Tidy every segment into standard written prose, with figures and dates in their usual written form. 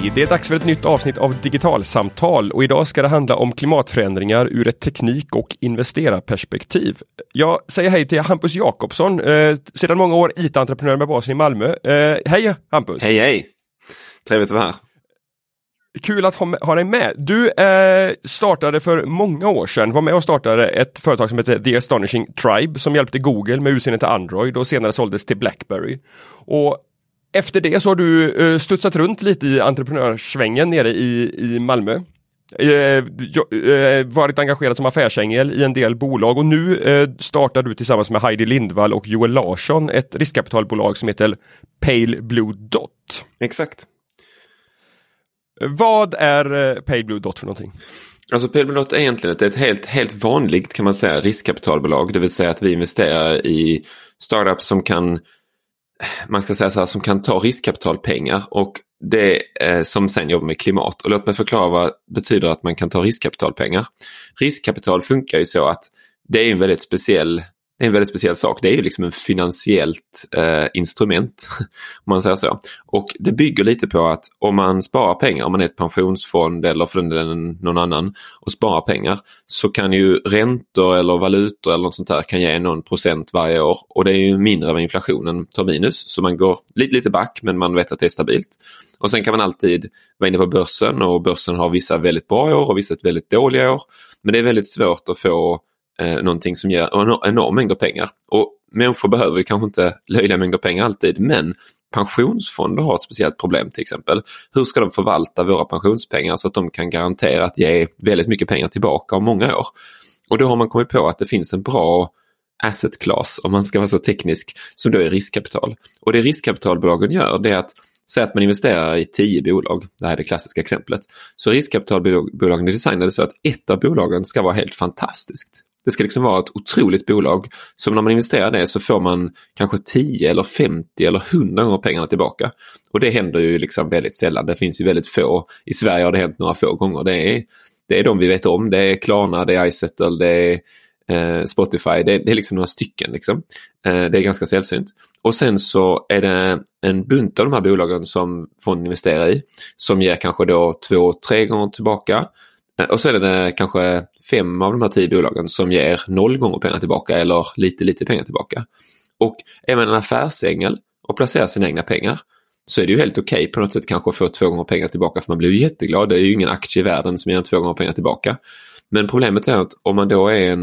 Hej, det är dags för ett nytt avsnitt av Digitalsamtal och idag ska det handla om klimatförändringar ur ett teknik- och investerarperspektiv. Jag säger hej till Hampus Jakobsson, sedan många år IT-entreprenör med basen i Malmö. Hej Hampus! Hej! Trevligt att vara här. Kul att ha dig med. Du startade för många år sedan, var med och startade ett företag som heter The Astonishing Tribe som hjälpte Google med utseende till Android och senare såldes till BlackBerry. Och efter det så har du studsat runt lite i entreprenörssvängen nere i Malmö. Varit engagerad som affärsängel i en del bolag och nu startar du tillsammans med Heidi Lindvall och Joel Larsson ett riskkapitalbolag som heter Pale Blue Dot. Exakt. Vad är Pale Blue Dot för någonting? Alltså Pale Blue Dot är egentligen ett helt vanligt, kan man säga, riskkapitalbolag. Det vill säga att vi investerar i startups som kan, man kan säga så här, som kan ta riskkapitalpengar och det som sen jobbar med klimat. Och låt mig förklara vad betyder att man kan ta riskkapitalpengar. Riskkapital funkar ju så att det är en väldigt speciell sak. Det är ju liksom en finansiellt instrument, om man säger så. Och det bygger lite på att om man sparar pengar, om man är ett pensionsfond eller för någon annan och sparar pengar, så kan ju räntor eller valutor eller något sånt där kan ge någon procent varje år. Och det är ju mindre än inflationen tar minus, så man går lite back men man vet att det är stabilt. Och sen kan man alltid vara inne på börsen och börsen har vissa väldigt bra år och vissa väldigt dåliga år. Men det är väldigt svårt att få någonting som ger en enorm mängd pengar. Och människor behöver ju kanske inte löjliga mängder pengar alltid, men pensionsfonder har ett speciellt problem till exempel. Hur ska de förvalta våra pensionspengar så att de kan garantera att ge väldigt mycket pengar tillbaka om många år? Och då har man kommit på att det finns en bra asset class, om man ska vara så teknisk, som då är riskkapital. Och det riskkapitalbolagen gör, det är att säga att man investerar i 10 bolag. Det här är det klassiska exemplet. Så riskkapitalbolagen är designade så att ett av bolagen ska vara helt fantastiskt. Det ska liksom vara ett otroligt bolag som när man investerar det så får man kanske 10 eller 50 eller 100 gånger pengarna tillbaka. Och det händer ju liksom väldigt sällan. Det finns ju väldigt få. I Sverige har det hänt några få gånger. Det är de vi vet om. Det är Klarna, det är iSettle, det är Spotify. Det är liksom några stycken liksom. Det är ganska sällsynt. Och sen så är det en bunt av de här bolagen som fonden investerar i som ger kanske då 2-3 gånger tillbaka. Och så är det kanske 5 av de här 10 bolagen som ger 0 gånger pengar tillbaka eller lite pengar tillbaka. Och är man en affärsängel och placerar sina egna pengar så är det ju helt okej på något sätt kanske att få 2 gånger pengar tillbaka, för man blir ju jätteglad. Det är ju ingen aktie i världen som ger 2 gånger pengar tillbaka. Men problemet är att om man då är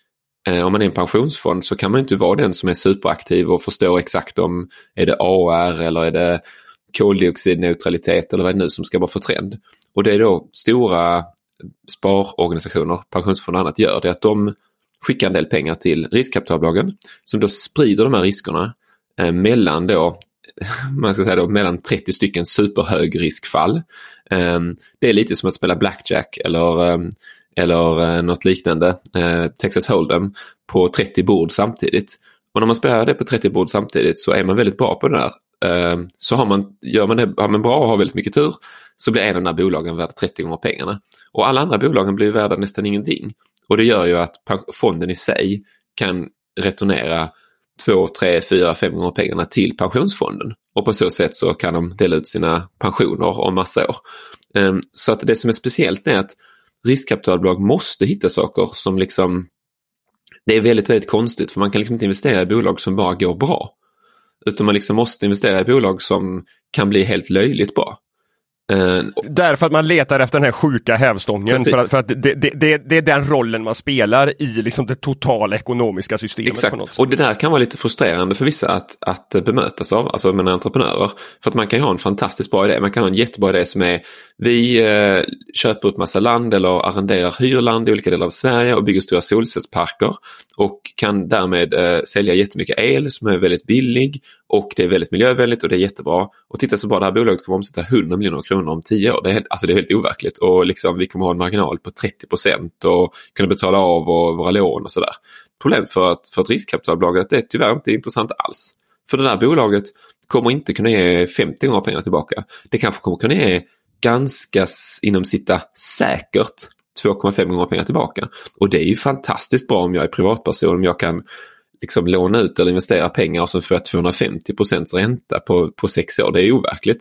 en pensionsfond så kan man inte vara den som är superaktiv och förstår exakt om är det AR eller är det koldioxidneutralitet eller vad är det nu som ska vara för trend. Och det är då stora sparorganisationer, pensionsfonder och annat gör det att de skickar en del pengar till riskkapitalbolagen som då sprider de här riskerna mellan då, man ska säga då, mellan 30 stycken superhög riskfall. Det är lite som att spela blackjack eller något liknande, Texas Hold'em, på 30 bord samtidigt. Och när man spelar det på 30 bord samtidigt så är man väldigt bra på det där. Så har man bra och har väldigt mycket tur så blir en av de här bolagen värd 30 gånger pengarna. Och alla andra bolagen blir värda nästan ingenting. Och det gör ju att fonden i sig kan returnera 2, 3, 4, 5 gånger pengarna till pensionsfonden. Och på så sätt så kan de dela ut sina pensioner om massa år. Så att det som är speciellt är att riskkapitalbolag måste hitta saker som liksom, det är väldigt, väldigt konstigt, för man kan liksom inte investera i bolag som bara går bra. Utan man liksom måste investera i bolag som kan bli helt löjligt bra. Därför att man letar efter den här sjuka hävstången. För att det är den rollen man spelar i liksom det totala ekonomiska systemet. Exakt. På något sätt. Och det där kan vara lite frustrerande för vissa att bemötas av, alltså med entreprenörer. För att man kan ju ha en fantastiskt bra idé. Man kan ha en jättebra idé som är vi köper ut massa land eller arrenderar hyrland i olika delar av Sverige och bygger stora solcellsparker och kan därmed sälja jättemycket el som är väldigt billig och det är väldigt miljövänligt och det är jättebra. Och titta så bara, det här bolaget kommer omsätta 100 miljoner kronor om 10 år. Det är helt overkligt. Och liksom, vi kommer ha en marginal på 30% och kunna betala av våra lån och sådär. Problem för ett riskkapitalbolag är att det är tyvärr inte intressant alls. För det där bolaget kommer inte kunna ge 50 gånger pengar tillbaka. Det kanske kommer kunna ge ganska inom sitta säkert 2,5 gånger pengar tillbaka. Och det är ju fantastiskt bra om jag är privatperson, om jag kan liksom låna ut eller investera pengar och så får jag 250% ränta på 6 år. Det är overkligt.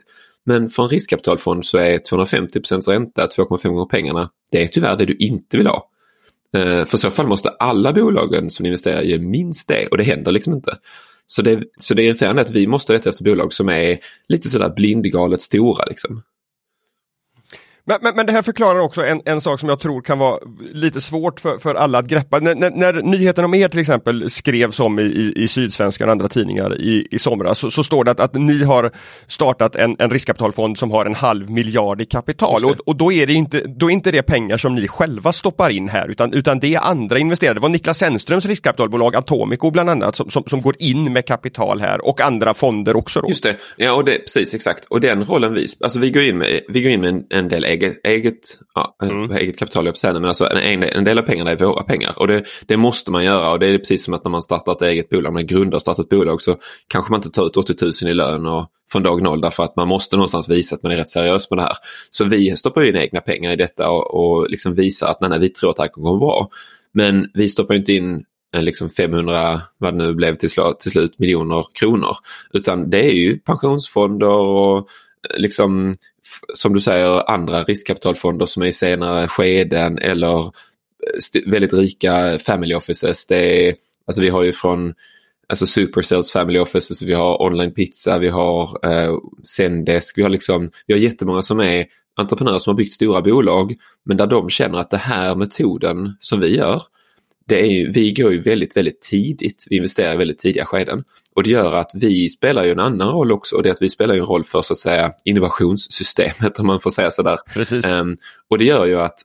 Men för en riskkapitalfond så är 250% ränta, 2,5 gånger pengarna, det är tyvärr det du inte vill ha. För så fall måste alla bolagen som investerar ge minst det, och det händer liksom inte. Så det är irriterande att vi måste leta efter bolag som är lite sådär blindgalet stora liksom. Men det här förklarar också en sak som jag tror kan vara lite svårt för alla att greppa. När nyheten om er till exempel skrevs om i Sydsvenskan och andra tidningar i somras, så står det att ni har startat en riskkapitalfond som har 500 miljoner i kapital. Och då är inte det pengar som ni själva stoppar in här, utan det är andra investerare. Det var Niklas Sennströms riskkapitalbolag Atomico bland annat som går in med kapital här, och andra fonder också då. Just det, ja, och det precis exakt. Och den rollen vi går in med en del eget kapital upp sen, men alltså en del av pengarna är våra pengar, och det måste man göra. Och det är precis som att när man startar ett eget bolag, man grundar och startar ett bolag, så kanske man inte tar ut 80 000 i lön och från dag noll, därför att man måste någonstans visa att man är rätt seriös med det här. Så vi stoppar in egna pengar i detta och liksom visar att nej, vi tror att det här kommer gå bra. Men vi stoppar inte in liksom 500, vad det nu blev till slut, miljoner kronor, utan det är ju pensionsfonder och liksom, som du säger, andra riskkapitalfonder som är i senare skeden, eller väldigt rika family offices. Alltså vi har ju från Supercells family offices, vi har Online Pizza, vi har Zendesk, vi har jättemånga som är entreprenörer som har byggt stora bolag, men där de känner att det här metoden som vi gör, vi går ju väldigt, väldigt tidigt. Vi investerar i väldigt tidiga skeden. Och det gör att vi spelar ju en annan roll också. Och det är att vi spelar ju en roll för, så att säga, innovationssystemet, om man får säga sådär. Precis. Och det gör ju att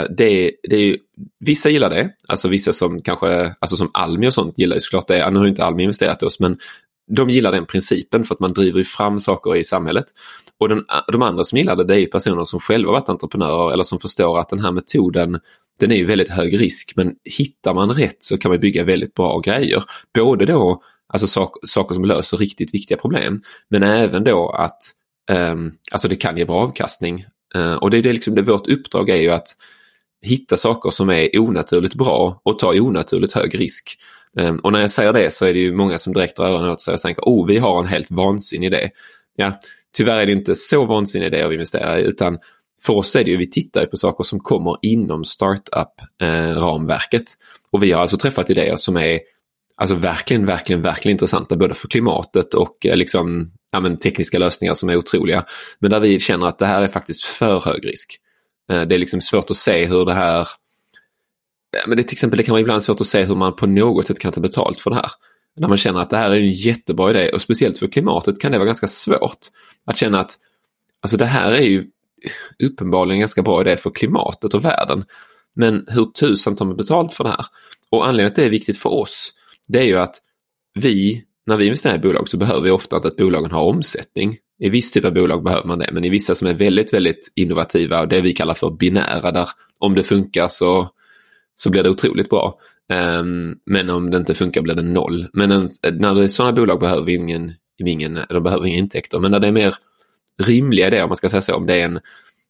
vissa gillar det. Alltså vissa som kanske, alltså som Almi och sånt gillar ju såklart det. Nu har ju inte Almi investerat i oss, men de gillar den principen för att man driver ju fram saker i samhället. Och de andra som gillar det är ju personer som själva varit entreprenörer, eller som förstår att den här metoden, den är ju väldigt hög risk, men hittar man rätt så kan man bygga väldigt bra grejer. Både då, alltså saker som löser riktigt viktiga problem, men även då att alltså det kan ge bra avkastning. Och det är vårt uppdrag är ju att hitta saker som är onaturligt bra och ta onaturligt hög risk. Och när jag säger det så är det ju många som direkt drar öronen åt sig och tänker, vi har en helt vansinnig idé. Ja, tyvärr är det inte så vansinnig idé att investera i, utan för oss är det ju, vi tittar på saker som kommer inom startup-ramverket. Och vi har alltså träffat idéer som är alltså verkligen, verkligen, verkligen intressanta, både för klimatet och tekniska lösningar som är otroliga. Men där vi känner att det här är faktiskt för hög risk. Det är liksom svårt att se hur det här... Men det kan vara ibland svårt att se hur man på något sätt kan ta betalt för det här. När man känner att det här är en jättebra idé, och speciellt för klimatet kan det vara ganska svårt att känna att alltså det här är ju uppenbarligen en ganska bra idé för klimatet och världen. Men hur tusan tar man betalt för det här? Och anledningen att det är viktigt för oss, det är ju att när vi investerar i bolag så behöver vi ofta att bolagen har omsättning. I viss typ av bolag behöver man det, men i vissa som är väldigt, väldigt innovativa och det vi kallar för binära, där om det funkar så blir det otroligt bra. Men om det inte funkar blir det noll. Men när det är sådana bolag behöver de behöver inga intäkter. Men när det är mer rimliga idéer, om man ska säga så, om det är en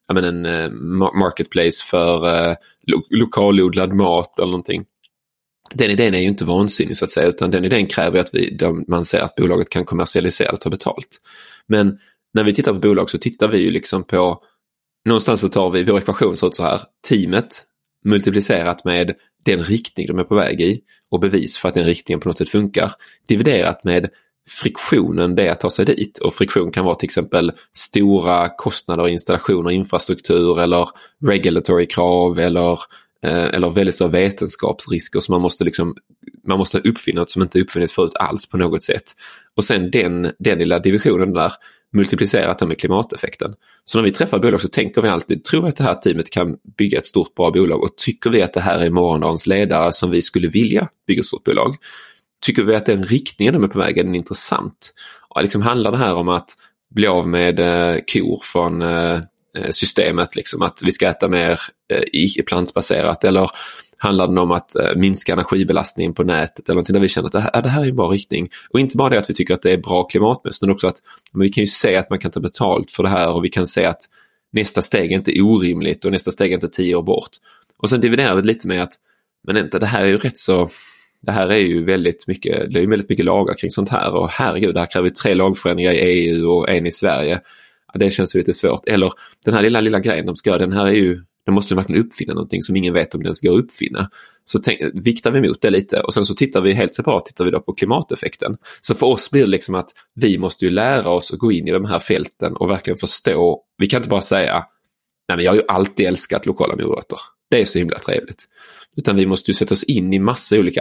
marketplace för lokalodlad mat eller någonting. Den idén är ju inte vansinnig så att säga, utan den idén kräver att man ser att bolaget kan kommersialisera och ta betalt. Men när vi tittar på bolag så tittar vi ju liksom på, någonstans så tar vi vår ekvation så här, teamet multiplicerat med den riktning de är på väg i och bevis för att den riktningen på något sätt funkar, dividerat med friktionen det är att ta sig dit. Och friktion kan vara till exempel stora kostnader, installationer, infrastruktur eller regulatory krav eller väldigt stora vetenskapsrisker som man måste uppfinna något som inte uppfinnits förut alls på något sätt. Och sen den lilla divisionen där multiplicerat med klimateffekten. Så när vi träffar bolag så tänker vi alltid, tror vi att det här teamet kan bygga ett stort bra bolag, och tycker vi att det här är morgondagens ledare som vi skulle vilja bygga ett stort bolag, tycker vi att den riktningen de är på väg är intressant. Och liksom handlar det här om att bli av med kor från systemet, att vi ska äta mer plantbaserat, eller handlar det om att minska energibelastningen på nätet eller någonting där vi känner att det här är en bra riktning. Och inte bara det att vi tycker att det är bra klimatmässigt, men också att vi kan ju se att man kan ta betalt för det här, och vi kan se att nästa steg är inte orimligt och nästa steg är inte 10 år bort. Och sen dividerar vi lite med att det här är ju rätt så, det här är ju väldigt mycket lagar kring sånt här, och herregud, det här kräver 3 lagförändringar i EU och en i Sverige. det känns ju lite svårt. Eller den här lilla grejen de ska göra, de måste ju verkligen uppfinna någonting som ingen vet om den ska uppfinna. Så viktar vi emot det lite och sen så tittar vi helt separat då på klimateffekten. Så för oss blir det liksom att vi måste ju lära oss att gå in i de här fälten och verkligen förstå. Vi kan inte bara säga, nej men jag har ju alltid älskat lokala morötter. Det är så himla trevligt. Utan vi måste ju sätta oss in i massa olika,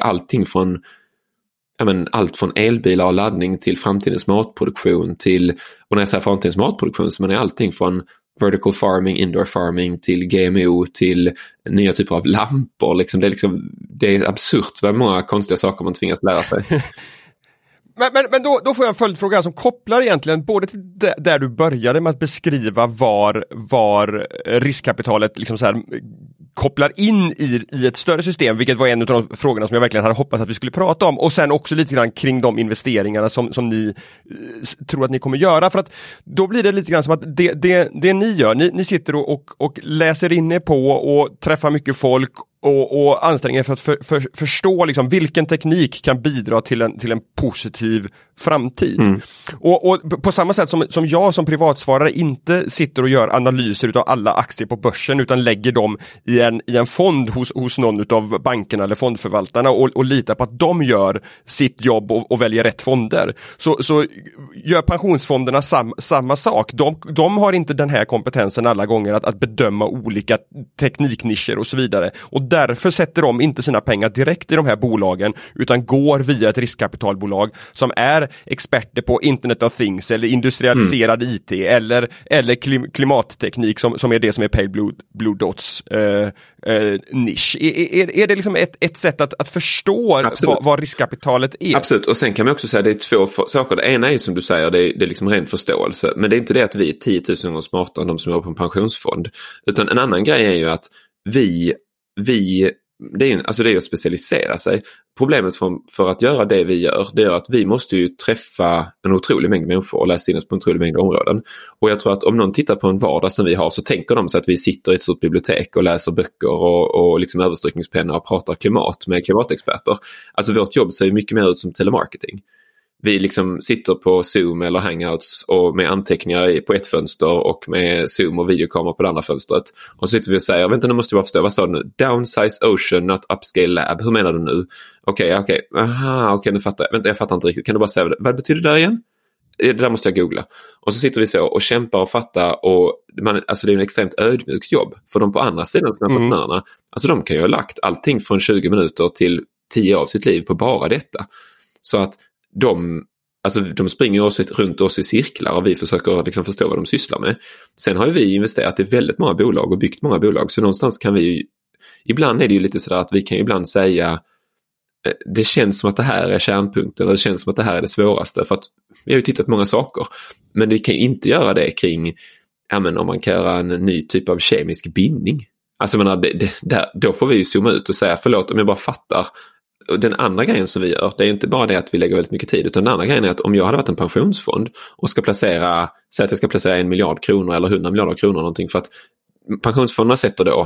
allt från elbilar och laddning till framtidens matproduktion till, och när jag säger framtidens matproduktion så menar jag allting från vertical farming, indoor farming till GMO till nya typer av lampor. Det är absurt vad många konstiga saker man tvingas lära sig. Men då får jag en följdfråga som kopplar egentligen både till där du började med att beskriva var riskkapitalet liksom så här kopplar in i ett större system, vilket var en av de frågorna som jag verkligen hade hoppats att vi skulle prata om, och sen också lite grann kring de investeringarna som ni tror att ni kommer göra, för att då blir det lite grann som att det ni gör, ni sitter och läser in er på och träffar mycket folk och anstränger för att förstå liksom vilken teknik kan bidra till en positiv framtid. Och på samma sätt som jag som privatsvarare inte sitter och gör analyser utav alla aktier på börsen utan lägger dem i en fond hos någon av bankerna eller fondförvaltarna och litar på att de gör sitt jobb och väljer rätt fonder, så gör pensionsfonderna samma sak. De har inte den här kompetensen alla gånger att bedöma olika tekniknischer och så vidare, och därför sätter de inte sina pengar direkt i de här bolagen utan går via ett riskkapitalbolag som är experter på Internet of Things eller industrialiserad IT eller klimatteknik som är det som är Pale Blue Dots nisch. Är det liksom ett sätt att förstå vad riskkapitalet är? Absolut, och sen kan man också säga att det är två saker. Det ena är som du säger, det är liksom ren förståelse, men det är inte det att vi är 10 000 gånger smartare än de som jobbar på en pensionsfond, utan en annan grej är ju att det är ju att specialisera sig. Problemet för att göra det vi gör, det är att vi måste ju träffa en otrolig mängd människor och läsa in oss på en otrolig mängd områden. Och jag tror att om någon tittar på en vardag som vi har, så tänker de sig att vi sitter i ett stort bibliotek och läser böcker och liksom överstrykningspennor och pratar klimat med klimatexperter. Alltså vårt jobb ser mycket mer ut som telemarketing. Vi liksom sitter på Zoom eller Hangouts och med anteckningar på ett fönster och med Zoom och videokamera på det andra fönstret. Och så sitter vi och säger, vänta, nu måste jag bara förstå, vad sa du nu? Downsize ocean, not upscale lab. Hur menar du nu? Okej, nu fattar jag. Vänta, jag fattar inte riktigt. Kan du bara säga, vad betyder det där igen? Det där måste jag googla. Och så sitter vi så och kämpar och fattar, och alltså det är en extremt ödmjukt jobb. För de på andra sidan som är entreprenörerna, alltså de kan ju ha lagt allting från 20 minuter till 10 av sitt liv på bara detta. Så att de springer runt oss i cirklar och vi försöker liksom förstå vad de sysslar med. Sen har ju vi investerat i väldigt många bolag och byggt många bolag, så någonstans kan vi ju, ibland är det ju lite sådär att vi kan ibland säga det känns som att det här är kärnpunkten, eller det känns som att det här är det svåraste, för att vi har ju tittat på många saker, men vi kan ju inte göra det kring om man kan göra en ny typ av kemisk bindning. Alltså då får vi ju zooma ut och säga, förlåt om jag bara fattar. Och den andra grejen som vi gör, det är inte bara det att vi lägger väldigt mycket tid, utan den andra grejen är att om jag hade varit en pensionsfond och säg att jag ska placera 1 miljard kronor eller 100 miljarder kronor någonting, för att pensionsfonderna sätter då,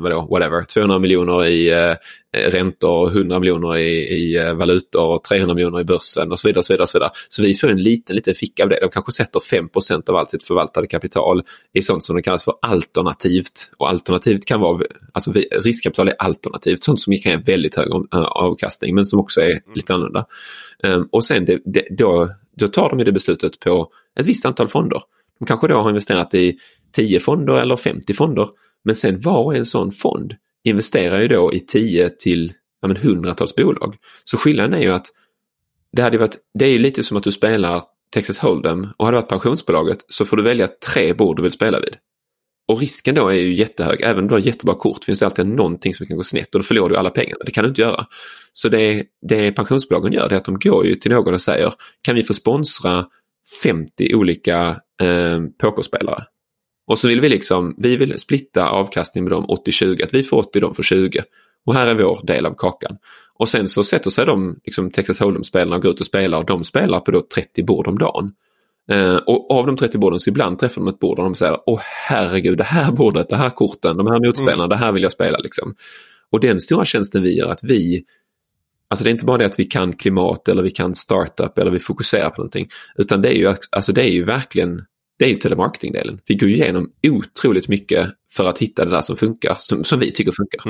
200 miljoner i räntor, 100 miljoner i valutor och 300 miljoner i börsen och så vidare, så vidare, så vidare. Så vi får en liten ficka av det. De kanske sätter 5% av allt sitt förvaltade kapital i sånt som det kallas för alternativt. Och alternativt kan vara, alltså riskkapital är alternativt, sånt som kan ge väldigt hög avkastning, men som också är lite annorlunda. Och sen då tar de ju det beslutet på ett visst antal fonder. De kanske då har investerat i 10 fonder eller 50 fonder, men sen var en sån fond investerar ju då i 10 till hundratals bolag. Så skillnaden är ju att det är ju lite som att du spelar Texas Hold'em och hade varit pensionsbolaget, så får du välja 3 bord du vill spela vid. Och risken då är ju jättehög. Även om du har jättebra kort finns det alltid någonting som kan gå snett och då förlorar du alla pengarna. Det kan du inte göra. Så det pensionsbolagen gör, det är att de går ju till någon och säger, kan vi få sponsra 50 olika pokerspelare? Och så vill vi vill splitta avkastning med dem 80-20, att vi får 80, de får 20. Och här är vår del av kakan. Och sen så sätter sig de liksom Texas Hold'em-spelarna och går ut och spelar, och de spelar på då 30 bord om dagen. Och av de 30 borden så ibland träffar de ett bord och de säger, herregud, det här bordet, det här korten, de här motspelarna, det här vill jag spela liksom. Och den stora tjänsten vi gör, att alltså det är inte bara det att vi kan klimat eller vi kan startup eller vi fokuserar på någonting, utan det är ju verkligen det är ju telemarketingdelen. Vi går igenom otroligt mycket för att hitta det där som funkar, som vi tycker funkar.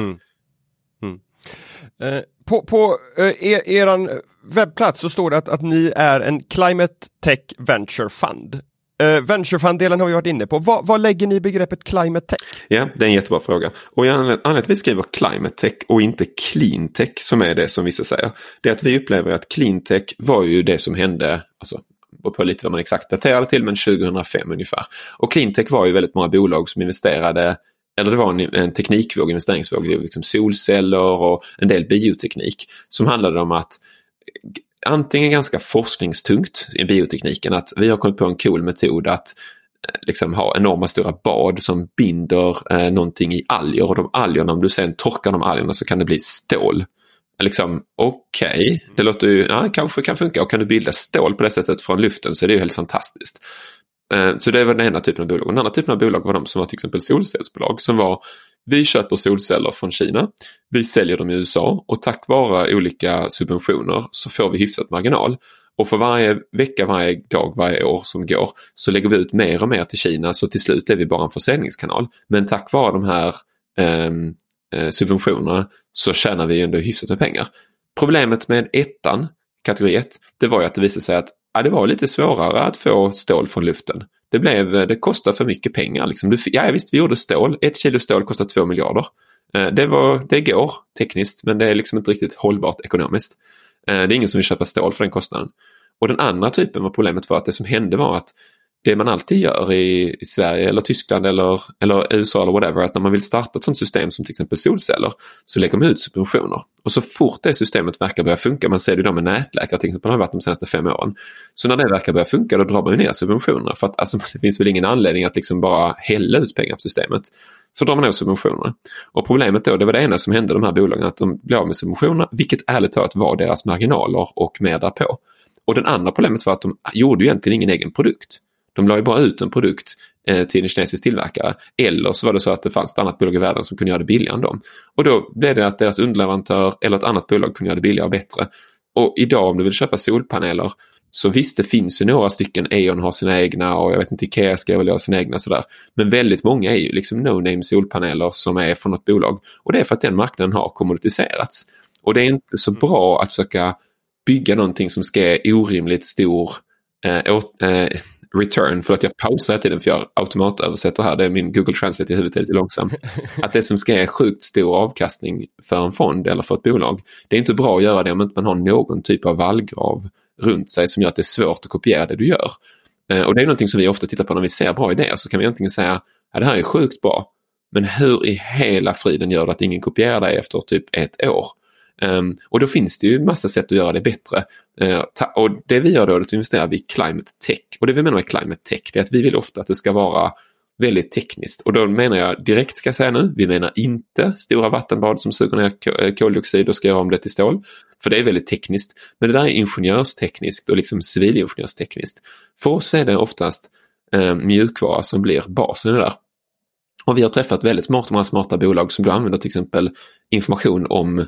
På eran webbplats så står det att ni är en Climate Tech Venture Fund. Venture Fund-delen har vi varit inne på. Vad lägger ni i begreppet Climate Tech? Ja, det är en jättebra fråga. Och anledningen att vi skriver Climate Tech och inte Clean Tech, som är det som vissa säger, det är att vi upplever att Clean Tech var ju det som hände, alltså på lite vad man exakt daterade till, men 2005 ungefär. Och Clean Tech var ju väldigt många bolag som investerade, eller det var en teknikvåg, investeringsvåg, liksom solceller och en del bioteknik som handlade om att antingen ganska forskningstungt i biotekniken, att vi har kommit på en cool metod att liksom ha enorma stora bad som binder någonting i alger, och de algerna, om du sen torkar de algerna så kan det bli stål. Liksom, okej, det låter ju, kanske kan funka, och kan du bilda stål på det sättet från luften så är det ju helt fantastiskt. Så det var den ena typen av bolag. Den andra typen av bolag var de som var till exempel solcellsbolag, som var, vi köper solceller från Kina, vi säljer dem i USA, och tack vare olika subventioner så får vi hyfsat marginal. Och för varje vecka, varje dag, varje år som går så lägger vi ut mer och mer till Kina, så till slut är vi bara en försäljningskanal. Men tack vare de här subventionerna så tjänar vi ändå hyfsat med pengar. Problemet med kategori 1, det var ju att det visade sig att det var lite svårare att få stål från luften. Det kostade för mycket pengar. Liksom. Visst, vi gjorde stål. 1 kilo stål kostar 2 miljarder. Det går tekniskt, men det är liksom inte riktigt hållbart ekonomiskt. Det är ingen som vill köpa stål för den kostnaden. Och den andra typen av problemet var att det som hände var att det man alltid gör i Sverige eller Tyskland eller USA eller whatever, att när man vill starta ett sånt system som till exempel solceller, så lägger man ut subventioner. Och så fort det systemet verkar börja funka, man ser det då med nätläkare till exempel, har varit de senaste 5 åren. Så när det verkar börja funka, då drar man ju ner subventionerna, för att alltså, det finns väl ingen anledning att liksom bara hälla ut pengar på systemet. Så drar man ner subventionerna. Och problemet då, det var det ena som hände de här bolagen, att de blev av med subventionerna, vilket ärligt talat var deras marginaler och mer därpå. Och den andra problemet var att de gjorde ju egentligen ingen egen produkt. De la ju bara ut en produkt till en kinesisk tillverkare, eller så var det så att det fanns ett annat bolag i världen som kunde göra det billigare än dem. Och då blev det att deras underleverantör eller ett annat bolag kunde göra det billigare och bättre. Och idag om du vill köpa solpaneler, så visst, det finns ju några stycken, E.ON har sina egna, och jag vet inte, Ikea ska väl göra sina egna sådär. Men väldigt många är ju liksom no-name solpaneler som är från något bolag. Och det är för att den marknaden har kommoditiserats. Och det är inte så bra att försöka bygga någonting som ska ge orimligt stor return, för att jag pausar tiden för jag automatöversätter här, det är min Google Translate i huvudet är lite långsam. Att det som ska ge sjukt stor avkastning för en fond eller för ett bolag, det är inte bra att göra det om inte man har någon typ av vallgrav runt sig som gör att det är svårt att kopiera det du gör. Och det är någonting som vi ofta tittar på när vi ser bra idéer, så kan vi egentligen säga att det här är sjukt bra, men hur i hela friden gör det att ingen kopierar det efter typ 1 år? Och då finns det ju massa sätt att göra det bättre. Och det vi gör då är att investera i Climate Tech. Och det vi menar med Climate Tech, det är att vi vill ofta att det ska vara väldigt tekniskt. Och då menar jag direkt, ska jag säga nu, vi menar inte stora vattenbad som suger ner koldioxid och ska göra om det till stål. För det är väldigt tekniskt. Men det där är ingenjörstekniskt och liksom civilingenjörstekniskt. För oss är det oftast mjukvara som blir basen i det där. Och vi har träffat väldigt många smarta bolag som du använder till exempel information om.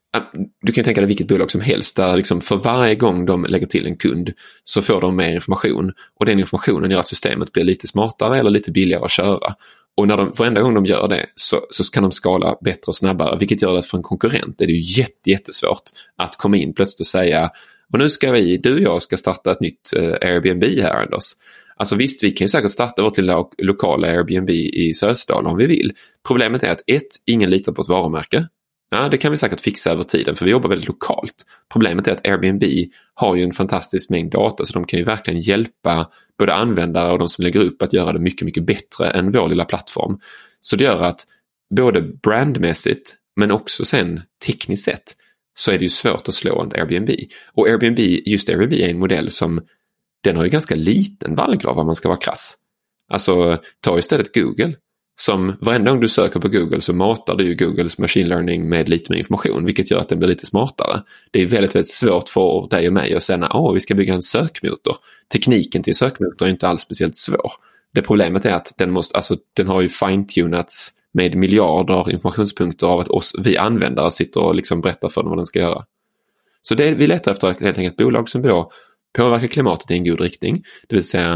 Du kan ju tänka dig vilket bolag som helst där liksom för varje gång de lägger till en kund så får de mer information, och den informationen gör att systemet blir lite smartare eller lite billigare att köra. Och varenda gång de gör det så kan de skala bättre och snabbare, vilket gör att för en konkurrent är det ju jättesvårt att komma in plötsligt och säga, och nu ska du och jag ska starta ett nytt Airbnb här, Anders. Alltså visst, vi kan ju säkert starta vårt lilla lokala Airbnb i Sösdal om vi vill. Problemet är att ingen litar på ett varumärke. Ja, det kan vi säkert fixa över tiden, för vi jobbar väldigt lokalt. Problemet är att Airbnb har ju en fantastisk mängd data, så de kan ju verkligen hjälpa både användare och de som lägger upp att göra det mycket mycket bättre än vår lilla plattform. Så det gör att både brandmässigt men också sen tekniskt sett så är det ju svårt att slå en Airbnb. Och Airbnb är en modell som den har ju ganska liten vallgrav om man ska vara krass. Alltså ta istället Google. Som varenda gång du söker på Google så matar du ju Googles machine learning med lite mer information, vilket gör att den blir lite smartare. Det är väldigt svårt för dig och mig att säga vi ska bygga en sökmotor. Tekniken till sökmotor är inte alls speciellt svår. Det problemet är att den har ju fine-tunats med miljarder informationspunkter av att vi användare sitter och liksom berättar för dem vad den ska göra. Så vi letar efter helt enkelt bolag som då påverkar klimatet i en god riktning. Det vill säga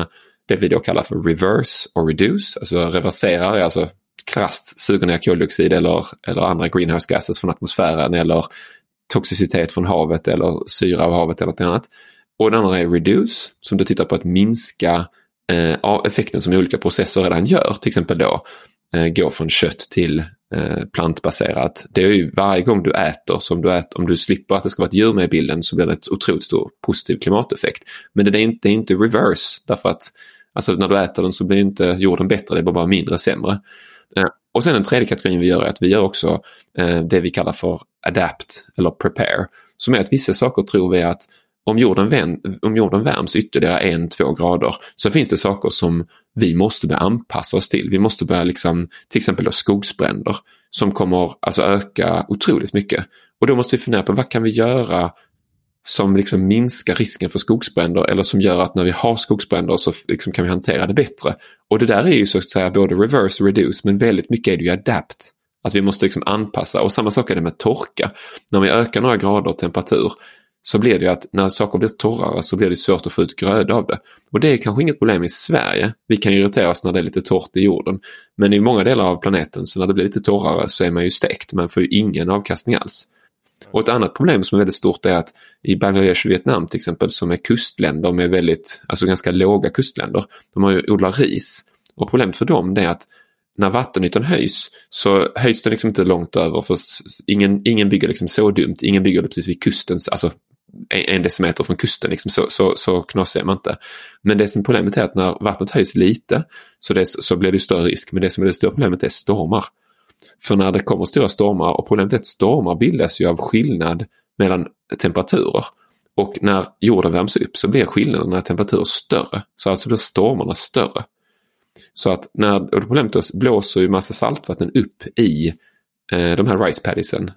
det vi då kallar för reverse och reduce. Alltså reverserar är alltså krasst suger ner koldioxid eller andra greenhouse gases från atmosfären eller toxicitet från havet eller syra av havet eller något annat. Och den andra är reduce, som du tittar på att minska effekten som olika processer redan gör. Till exempel då gå från kött till plantbaserat. Det är ju varje gång du äter, om du slipper att det ska vara ett djur med i bilden, så blir det ett otroligt stor positiv klimateffekt. Men det är inte reverse, därför att alltså, när du äter den så blir inte jorden bättre, det är bara mindre sämre. Och sen den tredje kategorin vi gör är att vi gör också det vi kallar för adapt eller prepare, som är att vissa saker tror vi att om jorden värms ytterligare 1-2 grader så finns det saker som vi måste börja anpassa oss till. Vi måste börja till exempel då skogsbränder som kommer alltså öka otroligt mycket. Och då måste vi fundera på vad kan vi göra som minskar risken för skogsbränder, eller som gör att när vi har skogsbränder så kan vi hantera det bättre. Och det där är ju så att säga både reverse och reduce, men väldigt mycket är det ju adapt. Att vi måste anpassa. Och samma sak är det med torka. När vi ökar några grader temperatur så blir det att när saker blir torrare så blir det svårt att få ut gröda av det. Och det är kanske inget problem i Sverige. Vi kan ju irritera oss när det är lite torrt i jorden. Men i många delar av planeten så när det blir lite torrare så är man ju stekt. Man får ju ingen avkastning alls. Och ett annat problem som är väldigt stort är att i Bangladesh och Vietnam till exempel, som är kustländer med ganska låga kustländer, de har ju odlat ris. Och problemet för dem är att när vattenytan höjs så höjs den inte långt över, för ingen bygger så dumt. Ingen bygger det precis vid kusten, alltså 1 decimeter från kusten, så knasig är man inte. Men det som problemet är att när vattnet höjs lite så blir det större risk. Men det som är det stora problemet är stormar. För när det kommer stora stormar, och problemet är att stormar bildas ju av skillnad mellan temperaturer. Och när jorden värms upp så blir skillnaden i temperatur större. Så alltså blir stormarna större. Så att problemet då blåser ju massa saltvatten upp i de här rice paddiesen,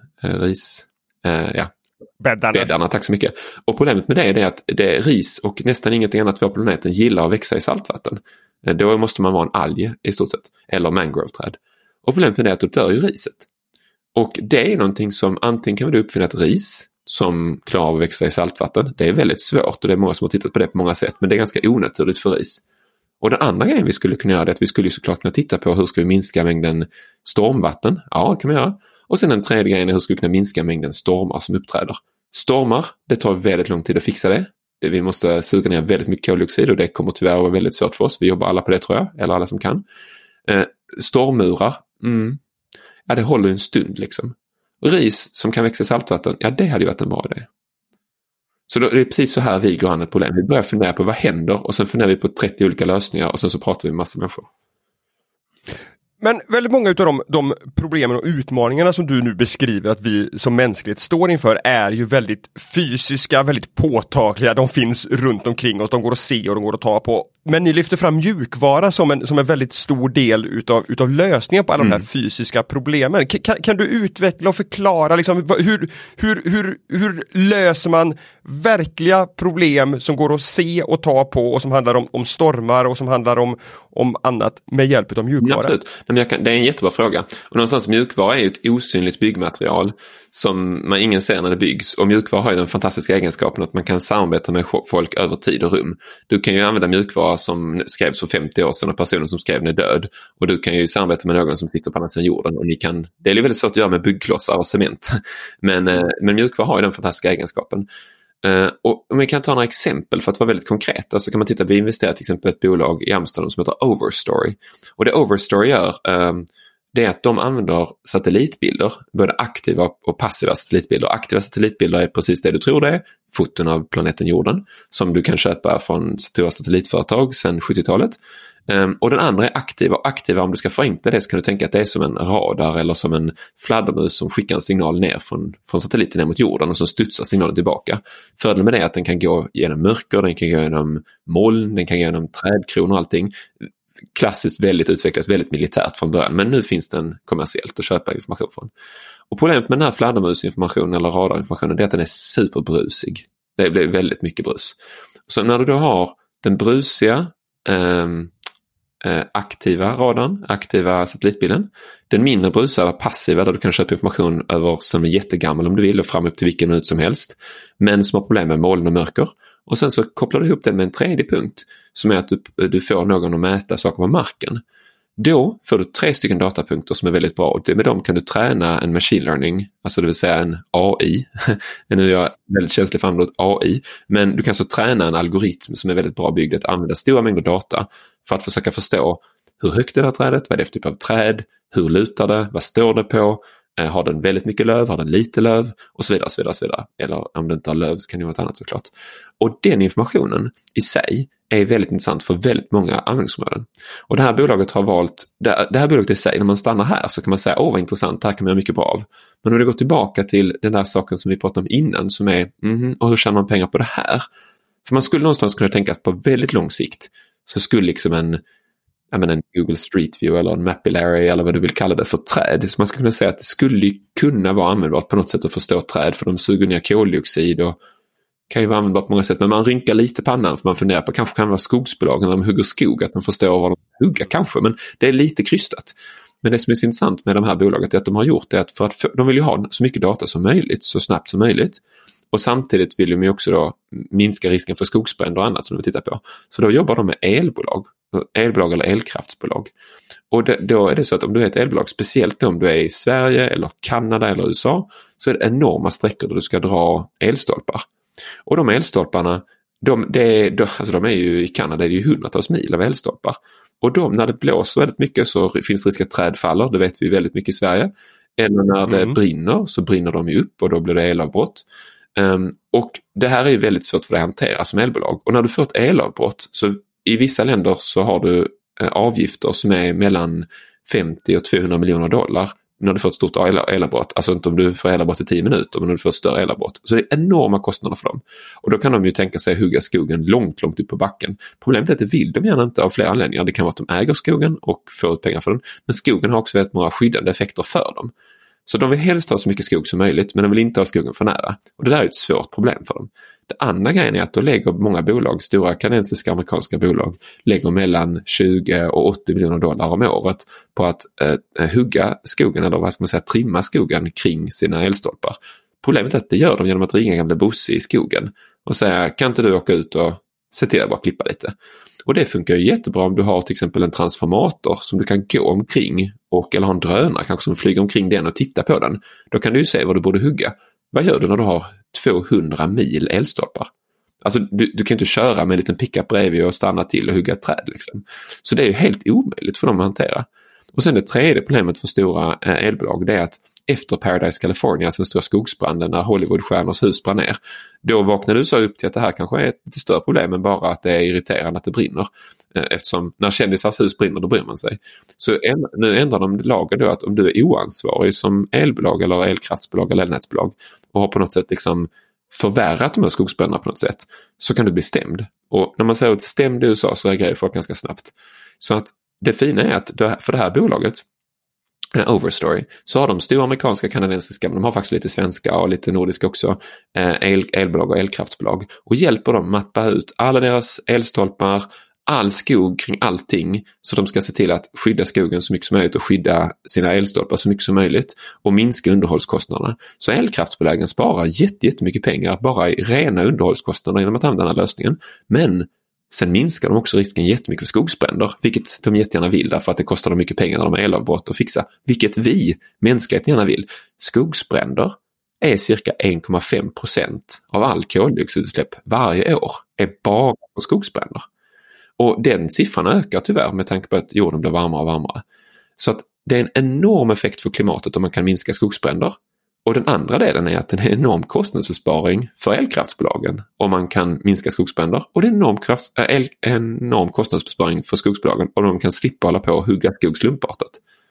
bäddarna, tack så mycket. Och problemet med det är att det är ris och nästan inget annat på planeten gillar att växa i saltvatten. Då måste man vara en alg i stort sett, eller mangroveträd. Och problemet med det är att då dör ju riset. Och det är någonting som antingen kan man uppfinna ett ris som klarar av att växa i saltvatten. Det är väldigt svårt och det är många som har tittat på det på många sätt, men det är ganska onaturligt för ris. Och den andra grejen vi skulle kunna göra är att vi skulle såklart kunna titta på hur ska vi minska mängden stormvatten. Ja, det kan man göra. Och sen den tredje grejen är hur ska vi kunna minska mängden stormar som uppträder. Stormar, det tar väldigt lång tid att fixa det. Vi måste suga ner väldigt mycket koldioxid och det kommer tyvärr vara väldigt svårt för oss. Vi jobbar alla på det tror jag, eller alla som kan. Stormmurar, det håller en stund Ris som kan växa i saltvatten, det hade ju varit en bra idé. Så då är det precis så här vi går an ett problem. Vi börjar fundera på vad händer och sen funderar vi på 30 olika lösningar och sen så pratar vi med massa människor. Men väldigt många av de problemen och utmaningarna som du nu beskriver att vi som mänsklighet står inför är ju väldigt fysiska, väldigt påtagliga. De finns runt omkring oss, de går att se och de går att ta på. Men ni lyfter fram mjukvara som en väldigt stor del utav lösningen på alla de här fysiska problemen. Kan du utveckla och förklara hur löser man verkliga problem som går att se och ta på och som handlar om stormar och som handlar om annat med hjälp av mjukvara? Absolut. Det är en jättebra fråga. Och någonstans mjukvara är ju ett osynligt byggmaterial som man ingen ser när det byggs. Och mjukvara har ju den fantastiska egenskapen att man kan samarbeta med folk över tid och rum. Du kan ju använda mjukvara som skrevs för 50 år sedan och personen som skrev den är död. Och du kan ju samarbeta med någon som sitter på andra sidan jorden. Och det är väldigt svårt att göra med byggklossar och cement. Men mjukvara har ju den fantastiska egenskapen. Och om vi kan ta några exempel för att vara väldigt konkreta så kan man titta, vi investerar till exempel ett bolag i Amsterdam som heter Overstory. Och det Overstory gör det är att de använder satellitbilder, både aktiva och passiva satellitbilder. Aktiva satellitbilder är precis det du tror det är, foton av planeten jorden som du kan köpa från stora satellitföretag sedan 70-talet. Och den andra är aktiva. Och aktiva, om du ska förenkla det så kan du tänka att det är som en radar eller som en fladdermus som skickar en signal ner från satelliten ner mot jorden och så studsar signalen tillbaka. Fördelen med det är att den kan gå genom mörker, den kan gå genom moln, den kan gå genom trädkronor och allting. Klassiskt väldigt utvecklat, väldigt militärt från början, men nu finns den kommersiellt att köpa information från. Och problemet med den här fladdermusinformationen eller radarinformationen är att den är superbrusig. Det blir väldigt mycket brus. Så när du då har den brusiga aktiva radarn, aktiva satellitbilden. Den mindre brusar passiva där du kan köpa information över som är jättegammal om du vill och fram upp till vilken minut som helst. Men som har problem med moln och mörker. Och sen så kopplar du ihop den med en tredje punkt som är att du får någon att mäta saker på marken. Då får du 3 stycken datapunkter som är väldigt bra och med dem kan du träna en machine learning, alltså det vill säga en AI. Nu är jag väldigt känslig för emot AI, men du kan så träna en algoritm som är väldigt bra byggd att använda stora mängder data för att försöka förstå hur högt är det här trädet, vad är det för typ av träd, hur lutar det, vad står det på, har den väldigt mycket löv, har den lite löv och så vidare, så vidare, så vidare. Eller om den inte har löv så kan det vara ett annat såklart. Och den informationen i sig är väldigt intressant för väldigt många användningsområden. Och det här bolaget har valt, det här bolaget i sig, när man stannar här så kan man säga, vad intressant, det här kan man göra mycket bra av. Men när det går tillbaka till den där saken som vi pratade om innan som är, och hur tjänar man pengar på det här? För man skulle någonstans kunna tänka att på väldigt lång sikt så skulle liksom en Google Street View eller en Mapillary eller vad du vill kalla det för träd. Så man skulle kunna säga att det skulle kunna vara användbart på något sätt att förstå träd för de suger ner koldioxid och kan ju vara användbart på många sätt. Men man rynkar lite pannan för man funderar på kanske kan det vara skogsbolagen när de hugger skog att de förstår vad de hugger kanske. Men det är lite krystat. Men det som är så intressant med de här bolaget är att de har gjort det att för att de vill ju ha så mycket data som möjligt så snabbt som möjligt. Och samtidigt vill de ju också då minska risken för skogsbränder och annat som de tittar på. Så då jobbar de med elbolag eller elkraftsbolag. Och då är det så att om du är ett elbolag, speciellt om du är i Sverige eller Kanada eller USA, så är det enorma sträckor där du ska dra elstolpar. Och de elstolparna, de är ju i Kanada är det ju hundratals mil av elstolpar. Och när det blåser väldigt mycket så finns risk att träd faller, det vet vi väldigt mycket i Sverige. Eller när det brinner så brinner de ju upp och då blir det elavbrott. Och det här är ju väldigt svårt för dig att hantera som elbolag. Och när du får ett elavbrott så i vissa länder så har du avgifter som är mellan 50 och 200 miljoner dollar när du får ett stort elavbrott. Alltså inte om du får elavbrott i 10 minuter men när du får ett större elavbrott. Så det är enorma kostnader för dem. Och då kan de ju tänka sig hugga skogen långt upp på backen. Problemet är att det vill de gärna inte av flera anledningar. Det kan vara att de äger skogen och får ut pengar för den. Men skogen har också väldigt många skyddande effekter för dem. Så de vill helst ha så mycket skog som möjligt men de vill inte ha skogen för nära. Och det där är ett svårt problem för dem. Det andra grejen är att då lägger många bolag, stora kanadensiska amerikanska bolag, lägger mellan 20 och 80 miljoner dollar om året på att hugga skogen eller vad ska man säga, trimma skogen kring sina elstolpar. Problemet är att det gör de genom att ringa gamla Bosse i skogen och säga kan inte du åka ut och se till att bara klippa lite. Och det funkar ju jättebra om du har till exempel en transformator som du kan gå omkring eller ha en drönare kanske som flyger omkring den och titta på den. Då kan du ju se vad du borde hugga. Vad gör du när du har 200 mil elstolpar? Alltså du kan inte köra med en liten pickup bredvid och stanna till och hugga ett träd liksom. Så det är ju helt omöjligt för dem att hantera. Och sen det tredje problemet för stora elbolag det är att efter Paradise California, alltså den stora skogsbranden när Hollywoodstjärnors hus brann ner, då vaknade USA upp till att det här kanske är ett lite större problem än bara att det är irriterande att det brinner. Eftersom när kändisars hus brinner då bryr man sig. Så nu ändrar de lagen då att om du är oansvarig som elbolag eller elkraftsbolag eller elnätsbolag och har på något sätt liksom förvärrat de här skogsbränderna på något sätt så kan du bli stämd. Och när man säger att stämd i USA så reagerar folk ganska snabbt. Så att det fina är att för det här bolaget Overstory, så har de stora amerikanska, kanadensiska, men de har faktiskt lite svenska och lite nordiska också, elbolag och elkraftsbolag och hjälper dem mappa ut alla deras elstolpar, all skog kring allting så de ska se till att skydda skogen så mycket som möjligt och skydda sina elstolpar så mycket som möjligt och minska underhållskostnaderna. Så elkraftsbolagen sparar jättemycket pengar bara i rena underhållskostnader genom att använda den här lösningen, men sen minskar de också risken jättemycket för skogsbränder, vilket de jättegärna vill därför att det kostar dem mycket pengar när de har elavbrott att fixa, vilket vi, mänskligheten, gärna vill. Skogsbränder är cirka 1,5% av all koldioxidutsläpp varje år är bara på skogsbränder. Och den siffran ökar tyvärr med tanke på att jorden blir varmare och varmare. Så att det är en enorm effekt för klimatet om man kan minska skogsbränder. Och den andra delen är att det är en enorm kostnadsbesparing för elkraftsbolagen om man kan minska skogsbränder. Och det är en enorm kostnadsbesparing för skogsbolagen om de kan slippa hålla på och hugga skog slumpartat.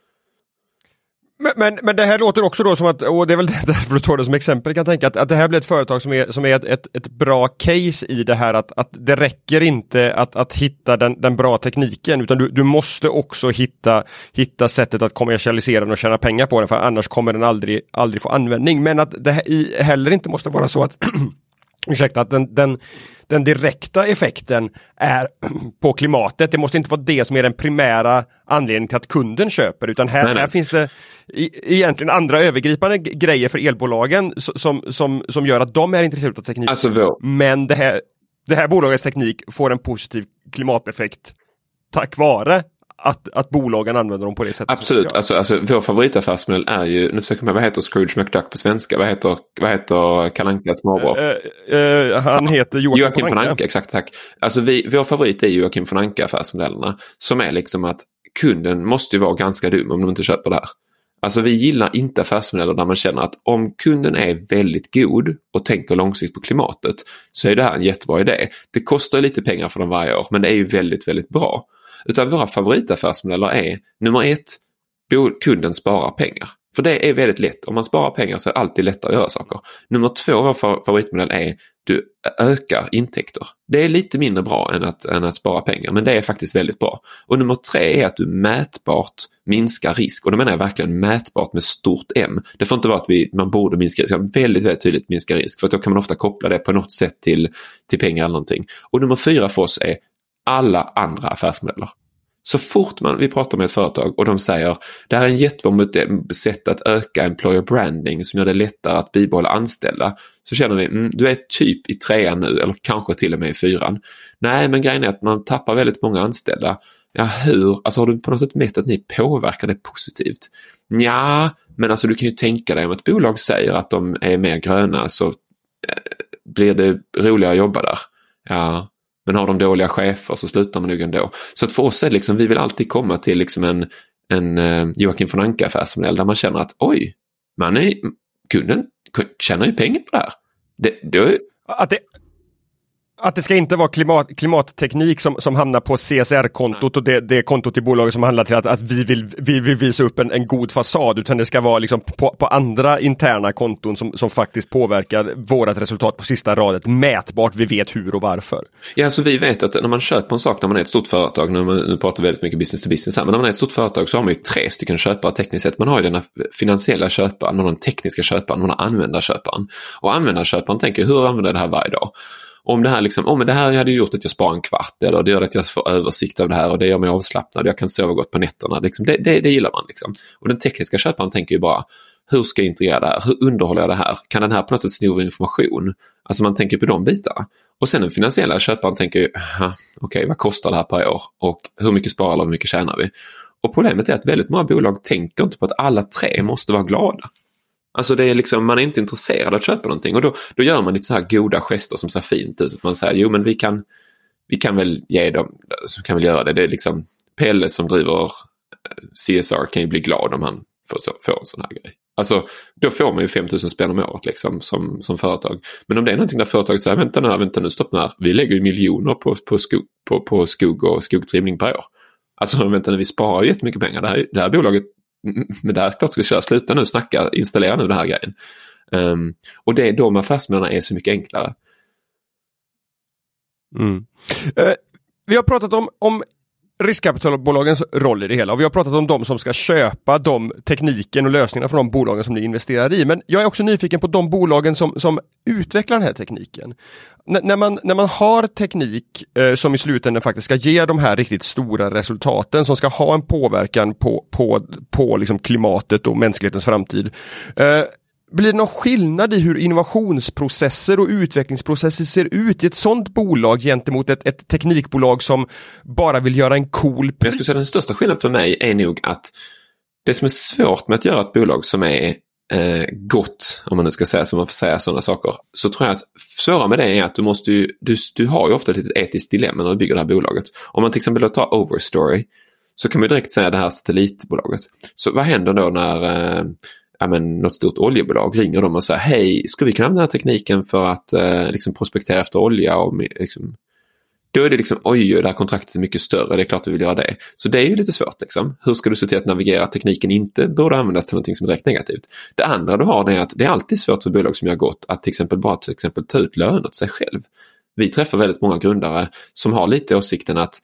Men det här låter också då som att, och det är väl därför du tar det som exempel, jag kan tänka att det här blir ett företag som är ett bra case i det här att det räcker inte att hitta den bra tekniken utan du måste också hitta sättet att kommersialisera den och tjäna pengar på den för annars kommer den aldrig få användning. Men att det heller inte måste vara så att att den direkta effekten är på klimatet. Det måste inte vara det som är den primära anledningen till att kunden köper, utan här finns det egentligen andra övergripande grejer för elbolagen som gör att de är intresserade av teknik. Men det här bolagets teknik får en positiv klimateffekt tack vare att bolagen använder dem på det sättet. Absolut, alltså vår favoritaffärsmodell är ju, nu försöker man, vad heter Scrooge McDuck på svenska? Vad heter Kalle Ankas morbror? Han heter Joakim von Anka. Exakt, tack. Alltså vår favorit är Joakim von Anka affärsmodellerna, som är liksom att kunden måste ju vara ganska dum om de inte köper det här. Alltså vi gillar inte affärsmodeller där man känner att om kunden är väldigt god och tänker långsiktigt på klimatet, så är det här en jättebra idé. Det kostar lite pengar för dem varje år, men det är ju väldigt, väldigt bra. Utan våra favoritaffärsmodeller är nummer 1, kunden sparar pengar. För det är väldigt lätt. Om man sparar pengar så är det alltid lättare att göra saker. Nummer 2, vår favoritmodell är du ökar intäkter. Det är lite mindre bra än att spara pengar, men det är faktiskt väldigt bra. Och nummer 3 är att du mätbart minskar risk. Och då menar jag verkligen mätbart med stort M. Det får inte vara att man borde minska risk. Väldigt, väldigt tydligt minska risk. För då kan man ofta koppla det på något sätt till pengar eller någonting. Och nummer 4 för oss är alla andra affärsmodeller. Så fort vi pratar med ett företag och de säger det här är en jättebra sätt att öka employer branding som gör det lättare att bibehålla anställda, så känner vi du är typ i 3 nu eller kanske till och med i 4. Nej, men grejen är att man tappar väldigt många anställda. Ja, hur? Alltså har du på något sätt mätt att ni påverkar det positivt? Ja, men alltså du kan ju tänka dig om ett bolag säger att de är mer gröna, så blir det roligare att jobba där. Ja. Men har de dåliga chefer så slutar man nog ändå. Så att för oss är det liksom, vi vill alltid komma till liksom en Joakim von Anka affärsmodell där man känner att kunden tjänar ju pengar på det här. Att det ska inte vara klimatteknik som hamnar på CSR-kontot och det kontot i bolaget som handlar till att vi vill visa upp en god fasad, utan det ska vara liksom på andra interna konton som faktiskt påverkar vårat resultat på sista radet mätbart. Vi vet hur och varför. Ja, så vi vet att när man köper en sak, när man är ett stort företag, nu pratar vi väldigt mycket business to business här, men när man är ett stort företag så har man ju 3 stycken köpare tekniskt sett. Man har ju den finansiella köparen, man har den tekniska köparen, man har användarköparen. Och användarköparen tänker, hur använder jag det här varje dag? Om det här liksom, men det här hade gjort att jag sparar en kvart, eller det gör att jag får översikt av det här och det gör mig avslappnad, jag kan sova gott på nätterna. Liksom, det gillar man liksom. Och den tekniska köparen tänker ju bara, hur ska jag integrera det här? Hur underhåller jag det här? Kan den här på något sätt sno information? Alltså man tänker på de bitarna. Och sen den finansiella köparen tänker ju, okej, vad kostar det här per år? Och hur mycket sparar eller hur mycket tjänar vi? Och problemet är att väldigt många bolag tänker inte på att alla 3 måste vara glada. Alltså det är liksom, man är inte intresserad av att köpa någonting, och då gör man lite så här goda gester som ser fint ut. Att man säger, jo men vi kan väl ge dem, så kan vi göra det. Det är liksom, Pelle som driver CSR kan ju bli glad om han får en sån här grej. Alltså då får man ju 5 000 spänn om året liksom, som företag. Men om det är någonting där företaget säger, vänta nu, stopp här. Vi lägger ju miljoner på skog och skogtrimning per år. Alltså vänta nu, vi sparar ju jättemycket pengar. Det här bolaget, men där klart ska jag sluta nu snacka, installera nu den här grejen. Och det är de affärsmodellerna är så mycket enklare. Vi har pratat om riskkapitalbolagens roll i det hela, och vi har pratat om de som ska köpa de tekniken och lösningarna från de bolagen som ni investerar i. Men jag är också nyfiken på de bolagen som utvecklar den här tekniken. När man har teknik som i slutändan faktiskt ska ge de här riktigt stora resultaten, som ska ha en påverkan på liksom klimatet och mänsklighetens framtid. Blir det någon skillnad i hur innovationsprocesser och utvecklingsprocesser ser ut i ett sådant bolag gentemot ett teknikbolag som bara vill göra en cool pryl? Jag skulle säga den största skillnaden för mig är nog att det som är svårt med att göra ett bolag som är gott, om man nu ska säga, som man får säga sådana saker, så tror jag att svåra med det är att du har ju ofta ett litet etiskt dilemma när du bygger det här bolaget. Om man till exempel tar Overstory, så kan man ju direkt säga det här satellitbolaget. Så vad händer då när något stort oljebolag ringer dem och säger, hej, ska vi kunna använda den här tekniken för att liksom prospektera efter olja? Och liksom, då är det liksom, oj, det här kontraktet är mycket större, det är klart att vi vill göra det. Så det är ju lite svårt liksom. Hur ska du se till att navigera tekniken inte borde användas till något som är direkt negativt? Det andra du har är att det är alltid svårt för bolag som gör gott att till exempel ta ut löner till sig själv. Vi träffar väldigt många grundare som har lite åsikten att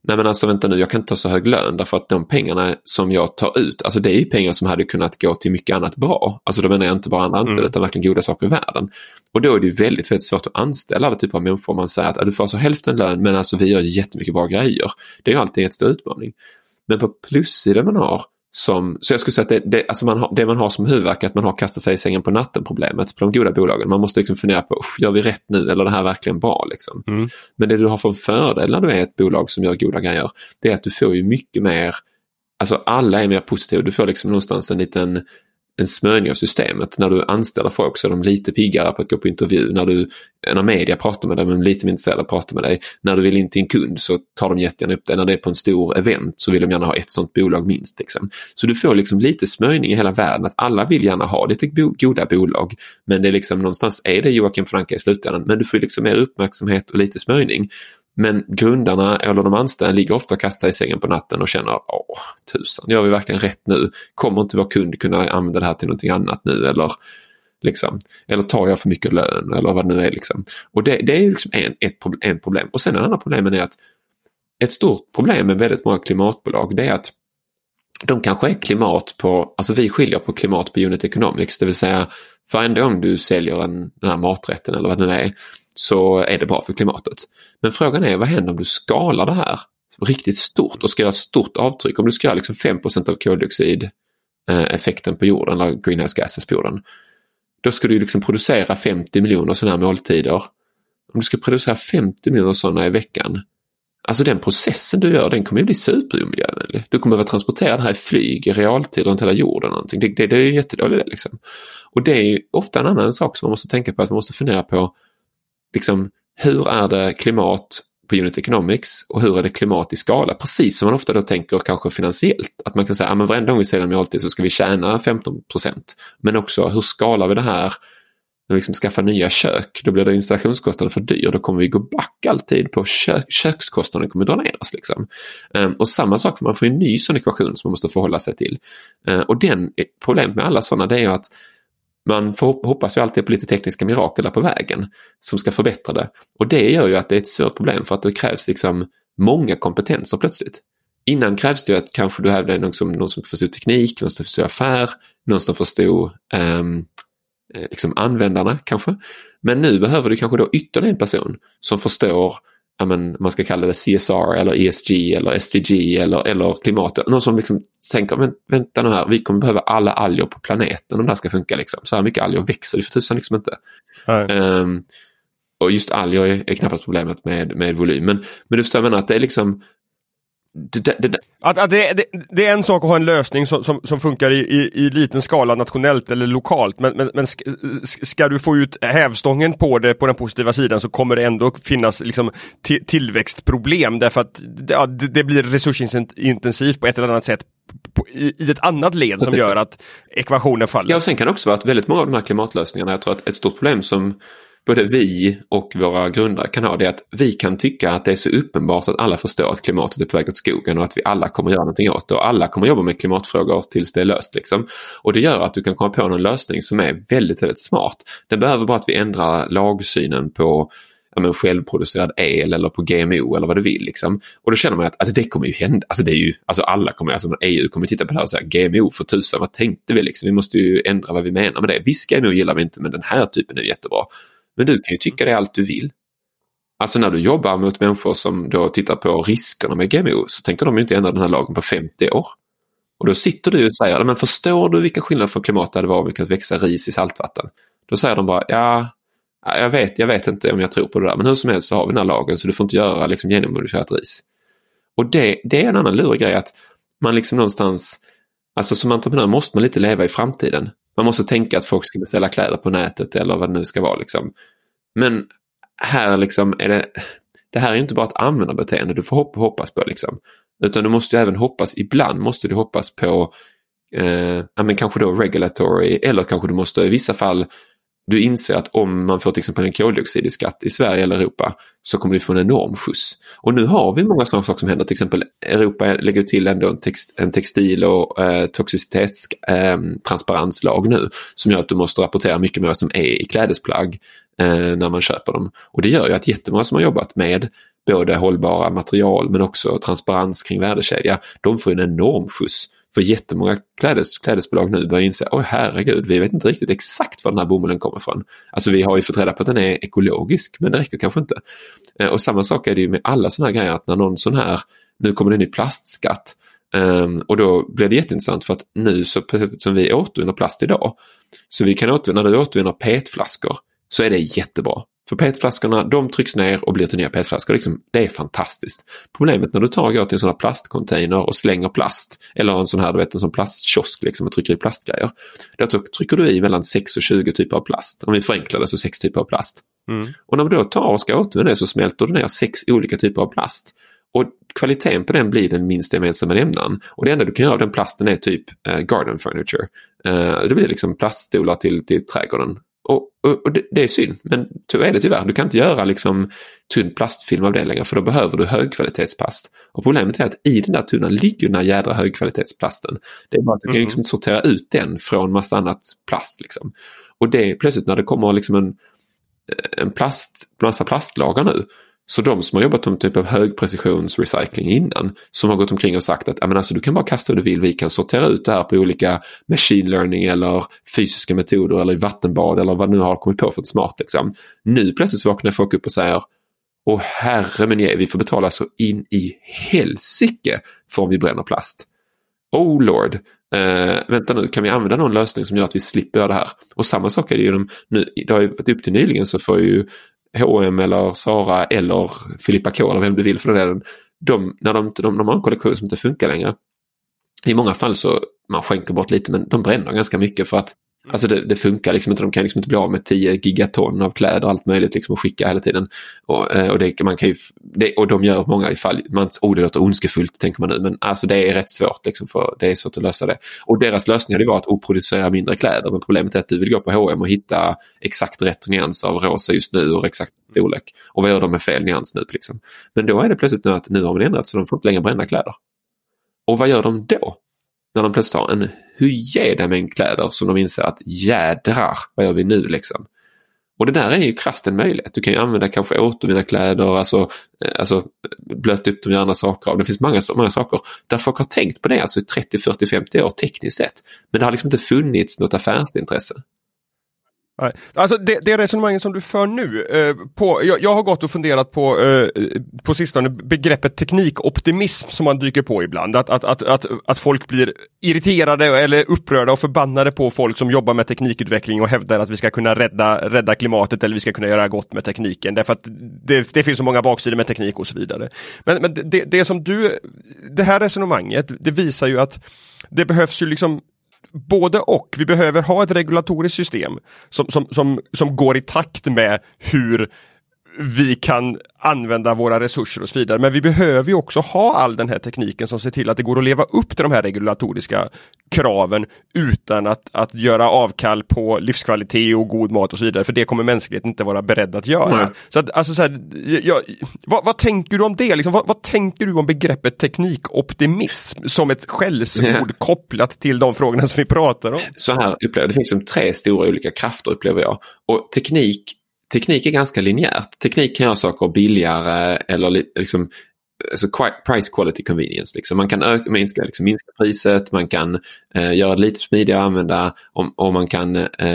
nej men alltså vänta nu, jag kan inte ta så hög lön därför att de pengarna som jag tar ut, alltså det är ju pengar som hade kunnat gå till mycket annat bra. Alltså då menar jag inte bara andra anställda utan verkligen goda saker i världen. Och då är det ju väldigt, väldigt svårt att anställa alla typer av människor. Man säger att du får alltså hälften lön men alltså vi gör jättemycket bra grejer. Det är ju alltid en stor utmaning. Men på plussidan man har så jag skulle säga att alltså det man har som huvudverk är att man har kastat sig i sängen på natten problemet på de goda bolagen. Man måste liksom fundera på, gör vi rätt nu eller är det här verkligen bra liksom? Men det du har för fördel när du är ett bolag som gör goda grejer, det är att du får ju mycket mer, alltså alla är mer positiva. Du får liksom någonstans en smörjning av systemet. När du anställer folk så är de lite piggare på att gå på intervju. När media pratar med dig, men lite mer intresserade att prata med dig. När du vill in till en kund så tar de jättegärna upp det. När det är på en stor event så vill de gärna ha ett sånt bolag minst. Liksom. Så du får liksom lite smörjning i hela världen att alla vill gärna ha lite goda bolag. Men det är liksom någonstans är det Joakim Franka i slutändan. Men du får liksom mer uppmärksamhet och lite smörjning. Men grundarna eller de anställda ligger ofta och kastar i sängen på natten och känner, tusan, gör vi verkligen rätt nu? Kommer inte vår kund kunna använda det här till någonting annat nu? Eller tar jag för mycket lön? Eller vad det nu är liksom. Och det är liksom en problem. Och sen en annan problem är att ett stort problem med väldigt många klimatbolag, det är att de kanske är klimat på, alltså vi skiljer på klimat på unit economics, det vill säga för en gång du säljer den här maträtten eller vad det nu är, så är det bra för klimatet. Men frågan är, vad händer om du skalar det här riktigt stort och ska göra ett stort avtryck? Om du ska göra liksom 5% av koldioxideffekten på jorden eller greenhouse gases på jorden, då ska du liksom producera 50 miljoner sådana här måltider. Om du ska producera 50 miljoner sådana i veckan, alltså den processen du gör, den kommer ju bli supermiljövänlig. Du kommer att transportera det här i flyg i realtid runt hela jorden. Någonting. Det är ju jättedåligt liksom. Och det är ju ofta en annan sak som man måste tänka på, att man måste fundera på liksom, hur är det klimat på unit economics och hur är det klimat i skala? Precis som man ofta då tänker kanske finansiellt. Att man kan säga, men varenda gång vi säljer måltid så ska vi tjäna 15%. Men också, hur skalar vi det här? När vi liksom skaffar nya kök, då blir det installationskostnader för dyr. Då kommer vi gå back alltid på kökskostnaden kommer dra ner oss. Liksom. Och samma sak, för man får en ny sån ekvation som man måste förhålla sig till. Och problemet med alla sådana, det är ju att man hoppas ju alltid på lite tekniska mirakel där på vägen som ska förbättra det. Och det gör ju att det är ett svårt problem, för att det krävs liksom många kompetenser plötsligt. Innan krävs det ju att kanske du har någon som förstår teknik, någon som förstår affär, någon som förstår liksom användarna kanske. Men nu behöver du kanske då ytterligare en person som förstår, man ska kalla det CSR eller ESG eller SDG eller klimatet. Någon som liksom tänker, vänta nu här, vi kommer behöva alla alger på planeten om det här ska funka. Liksom. Så här mycket alger växer det för tusan liksom inte. Och just alger är knappast problemet med volym. Men du förstår, jag menar att det är liksom det är en sak att ha en lösning som funkar i liten skala nationellt eller lokalt, men ska du få ut hävstången på det på den positiva sidan, så kommer det ändå finnas liksom tillväxtproblem, därför att det blir resursintensivt på ett eller annat sätt i ett annat led som gör att ekvationen faller. Ja, och sen kan det också vara att väldigt många av de här klimatlösningarna, jag tror att ett stort problem som både vi och våra grundare kan ha, det är att vi kan tycka att det är så uppenbart att alla förstår att klimatet är på väg åt skogen och att vi alla kommer göra någonting åt det, och alla kommer jobba med klimatfrågor tills det är löst liksom. Och det gör att du kan komma på någon lösning som är väldigt, väldigt smart. Det behöver bara att vi ändrar lagsynen på självproducerad el eller på GMO eller vad du vill liksom. Och då känner man att det kommer ju hända. Alltså det är ju, alltså alla kommer, alltså EU kommer titta på det här och säga, GMO för tusan, vad tänkte vi liksom? Vi måste ju ändra vad vi menar med det. Visst, GMO gillar vi inte, men den här typen är jättebra. Men du kan ju tycka det allt du vill. Alltså när du jobbar mot människor som då tittar på riskerna med GMO, så tänker de ju inte ändra den här lagen på 50 år. Och då sitter du och säger, men förstår du vilka skillnader för klimatet det var om vi kan växa ris i saltvatten? Då säger de bara, jag vet inte om jag tror på det där, men hur som helst så har vi den här lagen, så du får inte göra liksom genmodifierat ris. Och det är en annan lurig grej, att man liksom någonstans, alltså som entreprenör måste man lite leva i framtiden. Man måste tänka att folk ska beställa kläder på nätet eller vad det nu ska vara liksom. Men här liksom det här är inte bara ett användarbeteende du får hoppas på liksom. Utan du måste ju även hoppas, ibland måste du hoppas på kanske då regulatory, eller kanske du måste i vissa fall, du inser att om man får till exempel en koldioxidskatt i Sverige eller Europa, så kommer du få en enorm skjuts. Och nu har vi många sådana saker som händer. Till exempel Europa lägger till ändå en textil- och toxicitetstransparenslag nu, som gör att du måste rapportera mycket mer vad som är i klädesplagg när man köper dem. Och det gör ju att jättemånga som har jobbat med både hållbara material men också transparens kring värdekedja, de får en enorm skjuts. För jättemånga klädesbolag nu börjar inse, herregud, vi vet inte riktigt exakt var den här bomullen kommer från. Alltså vi har ju fått reda på att den är ekologisk, men det räcker kanske inte. Och samma sak är det ju med alla sådana här grejer, att när någon sån här, nu kommer det en ny plastskatt, och då blir det jätteintressant för att nu så på sättet som vi återvinner plast idag, så vi kan när du återvinner PET-flaskor så är det jättebra. För PET-flaskorna, de trycks ner och blir till nya PET-flaskor. Liksom, det är fantastiskt. Problemet när du går till en sån här plastcontainer och slänger plast, eller en sån här, du vet, en sån plastkiosk liksom, och trycker i plastgrejer. Då trycker du i mellan 6 och 20 typer av plast. Om vi förenklar det så 6 typer av plast. Och när du då tar och ska återvinna det så smälter du ner 6 olika typer av plast. Och kvaliteten på den blir den minsta gemensamma nämnaren. Och det enda du kan göra av den plasten är typ garden furniture. Det blir liksom plaststolar till trädgården. Och det är synd, men så är det tyvärr. Du kan inte göra liksom tunn plastfilm av det längre, för då behöver du högkvalitetsplast. Och problemet är att i den där tunnan ligger den där jädra högkvalitetsplasten. Det är bara att du kan liksom inte sortera ut den från massa annat plast liksom. Och det plötsligt när det kommer liksom massa plastlagar nu, så de som har jobbat med typ av högprecisionsrecycling innan, som har gått omkring och sagt att alltså, du kan bara kasta vad du vill, vi kan sortera ut det här på olika machine learning eller fysiska metoder eller i vattenbad eller vad nu har kommit på för ett smart liksom. Nu plötsligt vaknar folk upp och säger, herre men vi får betala så in i helsike för om vi bränner plast. Oh lord, vänta nu, kan vi använda någon lösning som gör att vi slipper göra det här? Och samma sak är det ju det har ju varit upp till nyligen, så får ju H&M eller Zara eller Filippa K eller vem du vill för den, när de har en kollektion som inte funkar längre, i många fall så man skänker bort lite, men de bränner ganska mycket för att alltså det funkar liksom inte, de kan liksom inte bli av med 10 gigaton av kläder och allt möjligt liksom, och skicka hela tiden, och det man kan ju, och de gör många ifall det låter ondskefullt tänker man nu, men alltså det är rätt svårt liksom, för det är svårt att lösa det, och deras lösning hade varit att producera mindre kläder, men problemet är att du vill gå på H&M och hitta exakt rätt nyans av rosa just nu och exakt storlek, och vad gör de med fel nyans nu liksom? Men då är det plötsligt nu att nu har man ändrat så de får inte längre bränna kläder, och vad gör de då? När de plötsligt har en hujäda mängd kläder som de inser att jädrar, vad gör vi nu liksom? Och det där är ju krasst en möjlighet. Du kan ju använda kanske återvinna kläder, alltså blöta upp de andra saker. Det finns många saker där folk har tänkt på det alltså i 30, 40, 50 år tekniskt sett. Men det har liksom inte funnits något affärsintresse. Alltså det resonemanget som du för nu, jag har gått och funderat på sistone begreppet teknikoptimism som man dyker på ibland, att folk blir irriterade eller upprörda och förbannade på folk som jobbar med teknikutveckling och hävdar att vi ska kunna rädda klimatet eller vi ska kunna göra gott med tekniken, därför att det finns så många baksidor med teknik och så vidare. Men det här resonemanget, det visar ju att det behövs ju liksom både och. Vi behöver ha ett regulatoriskt system som går i takt med hur vi kan använda våra resurser och så vidare. Men vi behöver ju också ha all den här tekniken som ser till att det går att leva upp till de här regulatoriska kraven utan att göra avkall på livskvalitet och god mat och så vidare. För det kommer mänskligheten inte vara beredd att göra. Så att, alltså så här, vad tänker du om det? Liksom, vad tänker du om begreppet teknikoptimism som ett skällsord kopplat till de frågorna som vi pratar om? Så här upplever jag. Det finns 3 stora olika krafter upplever jag. Och teknik är ganska linjärt. Teknik kan göra saker billigare eller liksom alltså price quality convenience. Liksom. Man kan minska priset, man kan göra det lite smidigare att använda och man kan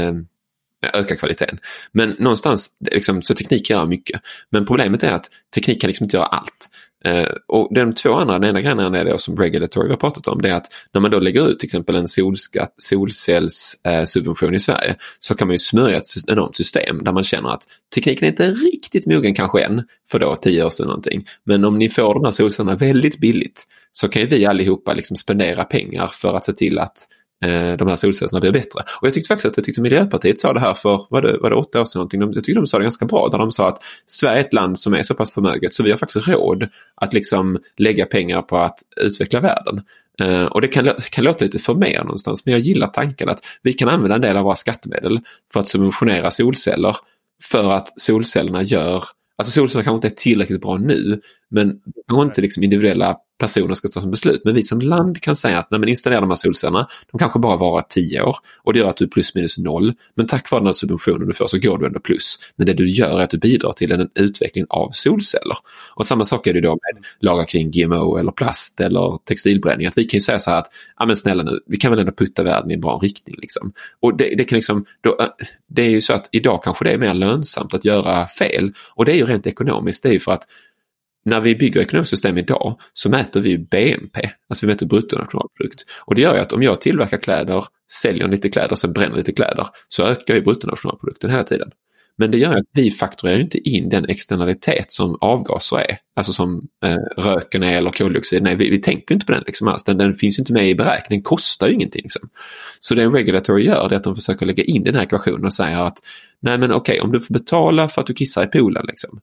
öka kvaliteten. Men någonstans liksom, så teknik gör mycket. Men problemet är att teknik kan liksom inte göra allt. Och de 2 andra, den ena grejen är det som regulatory har pratat om, det är att när man då lägger ut till exempel en solcellssubvention i Sverige, så kan man ju smörja ett enormt system där man känner att tekniken är inte riktigt mogen kanske än för då 10 år sedan någonting, men om ni får de här solcellerna väldigt billigt så kan ju vi allihopa liksom spendera pengar för att se till att de här solcellerna blir bättre. Och jag tyckte faktiskt att Miljöpartiet sa det här för var det 8 år sedan någonting. Jag tyckte de sa det ganska bra, där de sa att Sverige är ett land som är så pass förmöget så vi har faktiskt råd att liksom lägga pengar på att utveckla världen. Och det kan låta lite för mer någonstans, men jag gillar tanken att vi kan använda en del av våra skattemedel för att subventionera solceller, för att solcellerna kanske inte är tillräckligt bra nu, men de har inte liksom individuella personer ska ta som beslut. Men vi som land kan säga att när man installerar de här solcellerna, de kanske bara varar 10 år och det gör att du är plus minus 0. Men tack vare den här subventionen du får så går du ändå plus. Men det du gör är att du bidrar till en utveckling av solceller. Och samma sak är det då med lagar kring GMO eller plast eller textilbränning. Att vi kan ju säga så här att, ja men snälla nu, vi kan väl ändå putta världen i en bra riktning liksom. Och det kan liksom, det är ju så att idag kanske det är mer lönsamt att göra fel. Och det är ju rent ekonomiskt, det är ju för att när vi bygger ekonomiskt system idag så mäter vi BNP, alltså vi mäter bruttonationalprodukt. Och det gör ju att om jag tillverkar kläder, säljer lite kläder, sen bränner lite kläder, så ökar ju bruttonationalprodukten hela tiden. Men det gör att vi fakturerar ju inte in den externalitet som avgaser är, alltså som röken är eller koldioxid. Nej, vi tänker inte på den liksom alls. Den finns ju inte med i beräkningen, kostar ju ingenting liksom. Så det en regulatory gör är att de försöker lägga in den här ekvationen och säga att nej men okej, om du får betala för att du kissar i poolen liksom,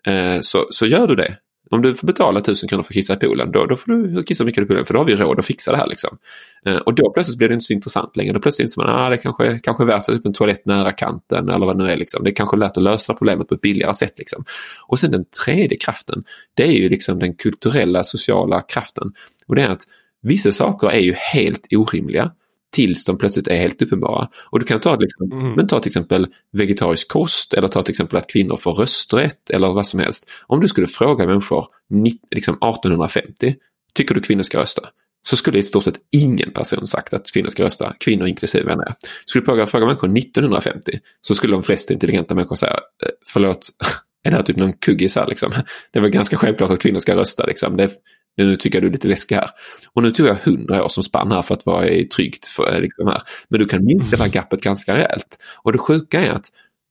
så gör du det. Om du får betala 1000 kronor för att kissa i poolen, då får du kissa mycket i poolen, för då har vi råd att fixa det här liksom. Och då plötsligt blir det inte så intressant längre. Då plötsligt inser man, det kanske är värt att sätta upp en toalett nära kanten eller vad det nu är liksom. Det är kanske lätt att lösa problemet på ett billigare sätt liksom. Och sen den tredje kraften, det är ju liksom den kulturella, sociala kraften. Och det är att vissa saker är ju helt orimliga tills de plötsligt är helt uppenbara. Och du kan ta men ta till exempel vegetarisk kost, eller ta till exempel att kvinnor får rösträtt eller vad som helst. Om du skulle fråga människor liksom 1850, tycker du kvinnor ska rösta? Så skulle i stort sett ingen person sagt att kvinnor ska rösta, kvinnor inklusive vänner. Skulle du fråga människor 1950, så skulle de flesta intelligenta människor säga, förlåt, är det här typ någon kuggis här liksom? Det var ganska självklart att kvinnor ska rösta liksom. Nu tycker jag du är lite läskig här. Och nu tog jag 100 år som spann här för att vara tryggt för liksom här. Men du kan minska det här gapet ganska rejält. Och det sjuka är att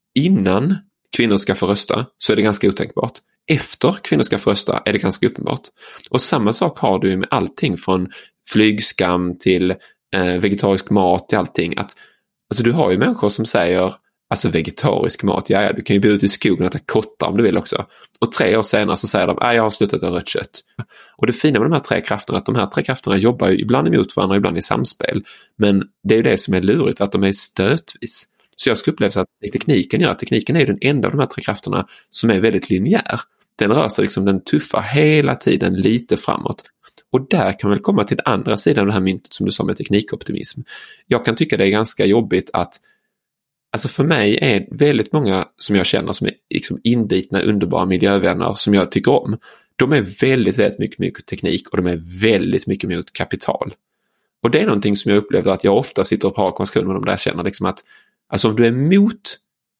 innan kvinnor ska få rösta så är det ganska otänkbart. Efter kvinnor ska få rösta är det ganska uppenbart. Och samma sak har du med allting från flygskam till vegetarisk mat till allting. Att, alltså du har ju människor som säger alltså vegetarisk mat, ja du kan ju bjuda ut i skogen och äta kottar om du vill också. Och 3 år senare så säger de, jag har slutat äta rött kött. Och det fina med de här 3 krafterna är att de här 3 krafterna jobbar ju ibland emot varandra, ibland i samspel. Men det är ju det som är lurigt, att de är stötvis. Så jag skulle uppleva att tekniken är ju den enda av de här 3 krafterna som är väldigt linjär. Den rör sig liksom, den tuffar hela tiden lite framåt. Och där kan man väl komma till den andra sidan av det här myntet som du sa med teknikoptimism. Jag kan tycka det är ganska jobbigt att, alltså för mig är väldigt många som jag känner som är liksom inbitna, underbara miljövänner som jag tycker om. De är väldigt, väldigt mycket mot teknik och de är väldigt mycket mot kapital. Och det är någonting som jag upplever att jag ofta sitter och har konversation med dem där jag känner liksom att, alltså om du är emot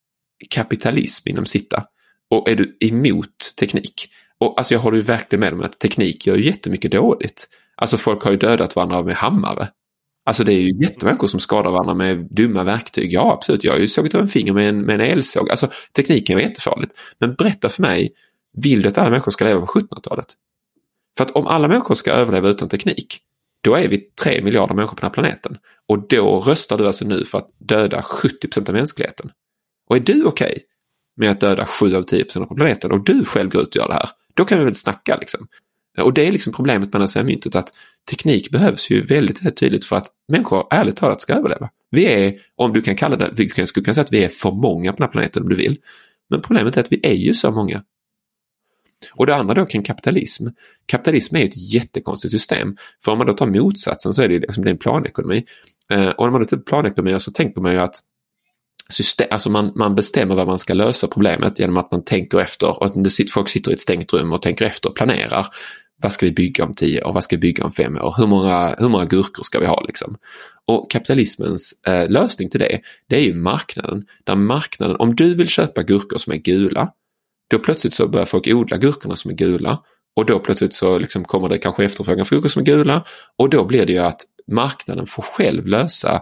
kapitalism inom sitta och är du emot teknik, och alltså jag håller ju verkligen med om att teknik gör ju jättemycket dåligt. Alltså folk har ju dödat varandra med hammare. Alltså det är ju jättemänniskor som skadar varandra med dumma verktyg. Ja, absolut. Jag har ju sågat av en finger med en elsåg. Alltså tekniken är jättefarligt. Men berätta för mig, vill du att alla människor ska leva på 1700-talet? För att om alla människor ska överleva utan teknik, då är vi 3 miljarder människor på den här planeten. Och då röstar du alltså nu för att döda 70% av mänskligheten. Och är du okej med att döda 7 av 10% av planeten och du själv går ut och gör det här, då kan vi väl snacka liksom. Och det är liksom problemet med det här myntet, att teknik behövs ju väldigt, väldigt tydligt för att människor ärligt talat ska överleva. Vi är, om du kan kalla det, vi skulle kunna säga att vi är för många på den här planeten om du vill. Men problemet är att vi är ju så många. Och det andra då kring kapitalism. Kapitalism är ett jättekonstigt system. För om man då tar motsatsen så är det liksom en planekonomi. Och när man då tar planekonomi så tänker man ju att alltså man bestämmer vad man ska lösa problemet genom att man tänker efter, och att folk sitter i ett stängt rum och tänker efter och planerar. Vad ska vi bygga om 10 år? Vad ska vi bygga om 5 år? Hur många gurkor ska vi ha liksom? Och kapitalismens lösning till det är ju marknaden. Där marknaden, om du vill köpa gurkor som är gula, då plötsligt så börjar folk odla gurkorna som är gula. Och då plötsligt så liksom kommer det kanske efterfrågan för gurkor som är gula. Och då blir det ju att marknaden får själv lösa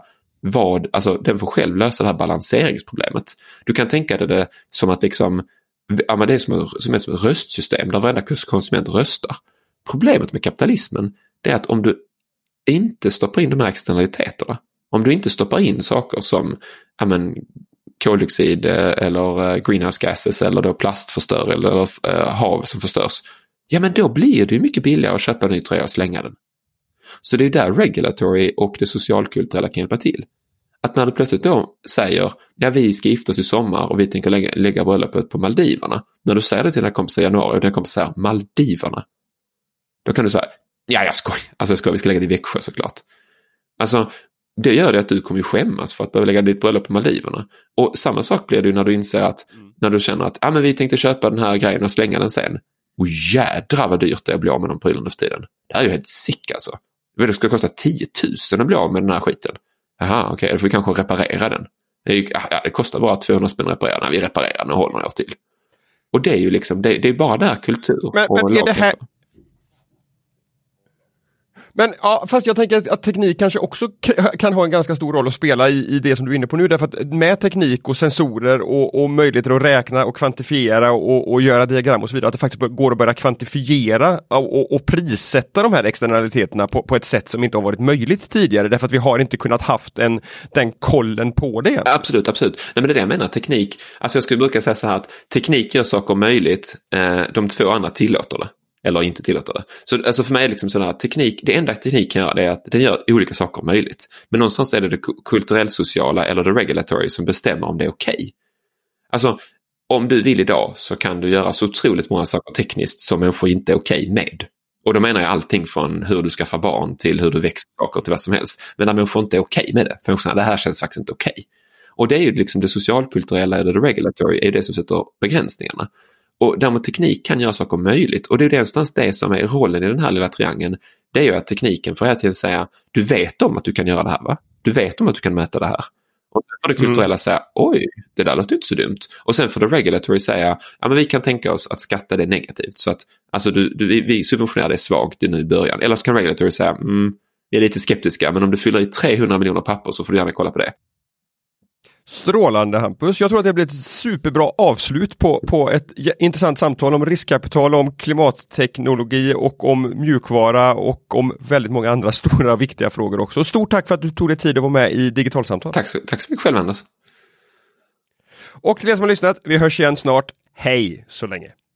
den får själv lösa det här balanseringsproblemet. Du kan tänka dig det som att liksom, ja, men det är som ett röstsystem där varenda konsument röstar. Problemet med kapitalismen är att om du inte stoppar in de här externaliteterna, om du inte stoppar in saker som koldioxid eller greenhouse gases eller då plastförstör eller hav som förstörs, ja men då blir det ju mycket billigare att köpa en ny tröja och slänga den. Så det är där regulatory och det socialkulturella kan hjälpa till. Att när du plötsligt då säger, ja vi ska gifta oss i sommar och vi tänker lägga bröllopet på Maldiverna. När du säger det till dina kompisar i januari och dina kompisar säger Maldiverna, då kan du säga, Ja, jag skojar. Alltså vi ska lägga det i Växjö såklart. Alltså, det gör det att du kommer skämmas för att behöva lägga ditt bröllop på Maldiverna. Och samma sak blir det ju när du inser att, när du känner att men vi tänkte köpa den här grejen och slänga den sen. Och jädra vad dyrt det är att bli av med de prylarna för tiden. Det här är ju helt sick alltså. Det ska kosta 10 000 att bli av med den här skiten. Jaha, okej, då får vi kanske reparera den. Det kostar bara 200 spänn att reparera den. Vi reparerar den och håller några år till. Och det är ju liksom, det är bara där kultur. Men är det här... Men ja, fast jag tänker att teknik kanske också kan ha en ganska stor roll att spela i det som du är inne på nu. Därför att med teknik och sensorer och möjligheter att räkna och kvantifiera och göra diagram och så vidare, att det faktiskt går att börja kvantifiera och prissätta de här externaliteterna på ett sätt som inte har varit möjligt tidigare. Därför att vi har inte kunnat haft den kollen på det. Absolut. Nej, men det är det jag menar, teknik. Alltså jag skulle brukar säga så här att teknik gör saker möjligt, de två andra tillåter det. Eller inte tillåter det. Så alltså för mig är liksom sådär teknik, det enda teknik kan göra det är att den gör olika saker möjligt. Men någonstans är det kulturellt sociala eller det regulatory som bestämmer om det är okej. Alltså om du vill idag så kan du göra så otroligt många saker tekniskt som människor inte är okej med. Och då menar jag allting från hur du skaffar barn till hur du växer saker till vad som helst. Men när människor inte är okej med det. För människor säger, det här känns faktiskt inte okej. Och det är ju liksom det socialkulturella eller det regulatory är det som sätter begränsningarna. Och därmed teknik kan göra saker möjligt. Och det är någonstans det som är rollen i den här lilla triangeln. Det är ju att tekniken får hela tiden säga, du vet om att du kan göra det här, va? Du vet om att du kan mäta det här. Och sen får det kulturella säga, oj, det där låter inte så dumt. Och sen får det regulatory säga, ja men vi kan tänka oss att skatta det negativt. Så att alltså vi subventionerar det svagt nu i början. Eller så kan regulatory säga, vi är lite skeptiska, men om du fyller i 300 miljoner papper så får du gärna kolla på det. Strålande, Hampus. Jag tror att det blir ett superbra avslut på ett intressant samtal om riskkapital, om klimatteknologi och om mjukvara och om väldigt många andra stora viktiga frågor också. Stort tack för att du tog dig tid att vara med i Digitalsamtal. Tack så mycket själv, Anders. Och till er som har lyssnat, vi hörs igen snart. Hej så länge.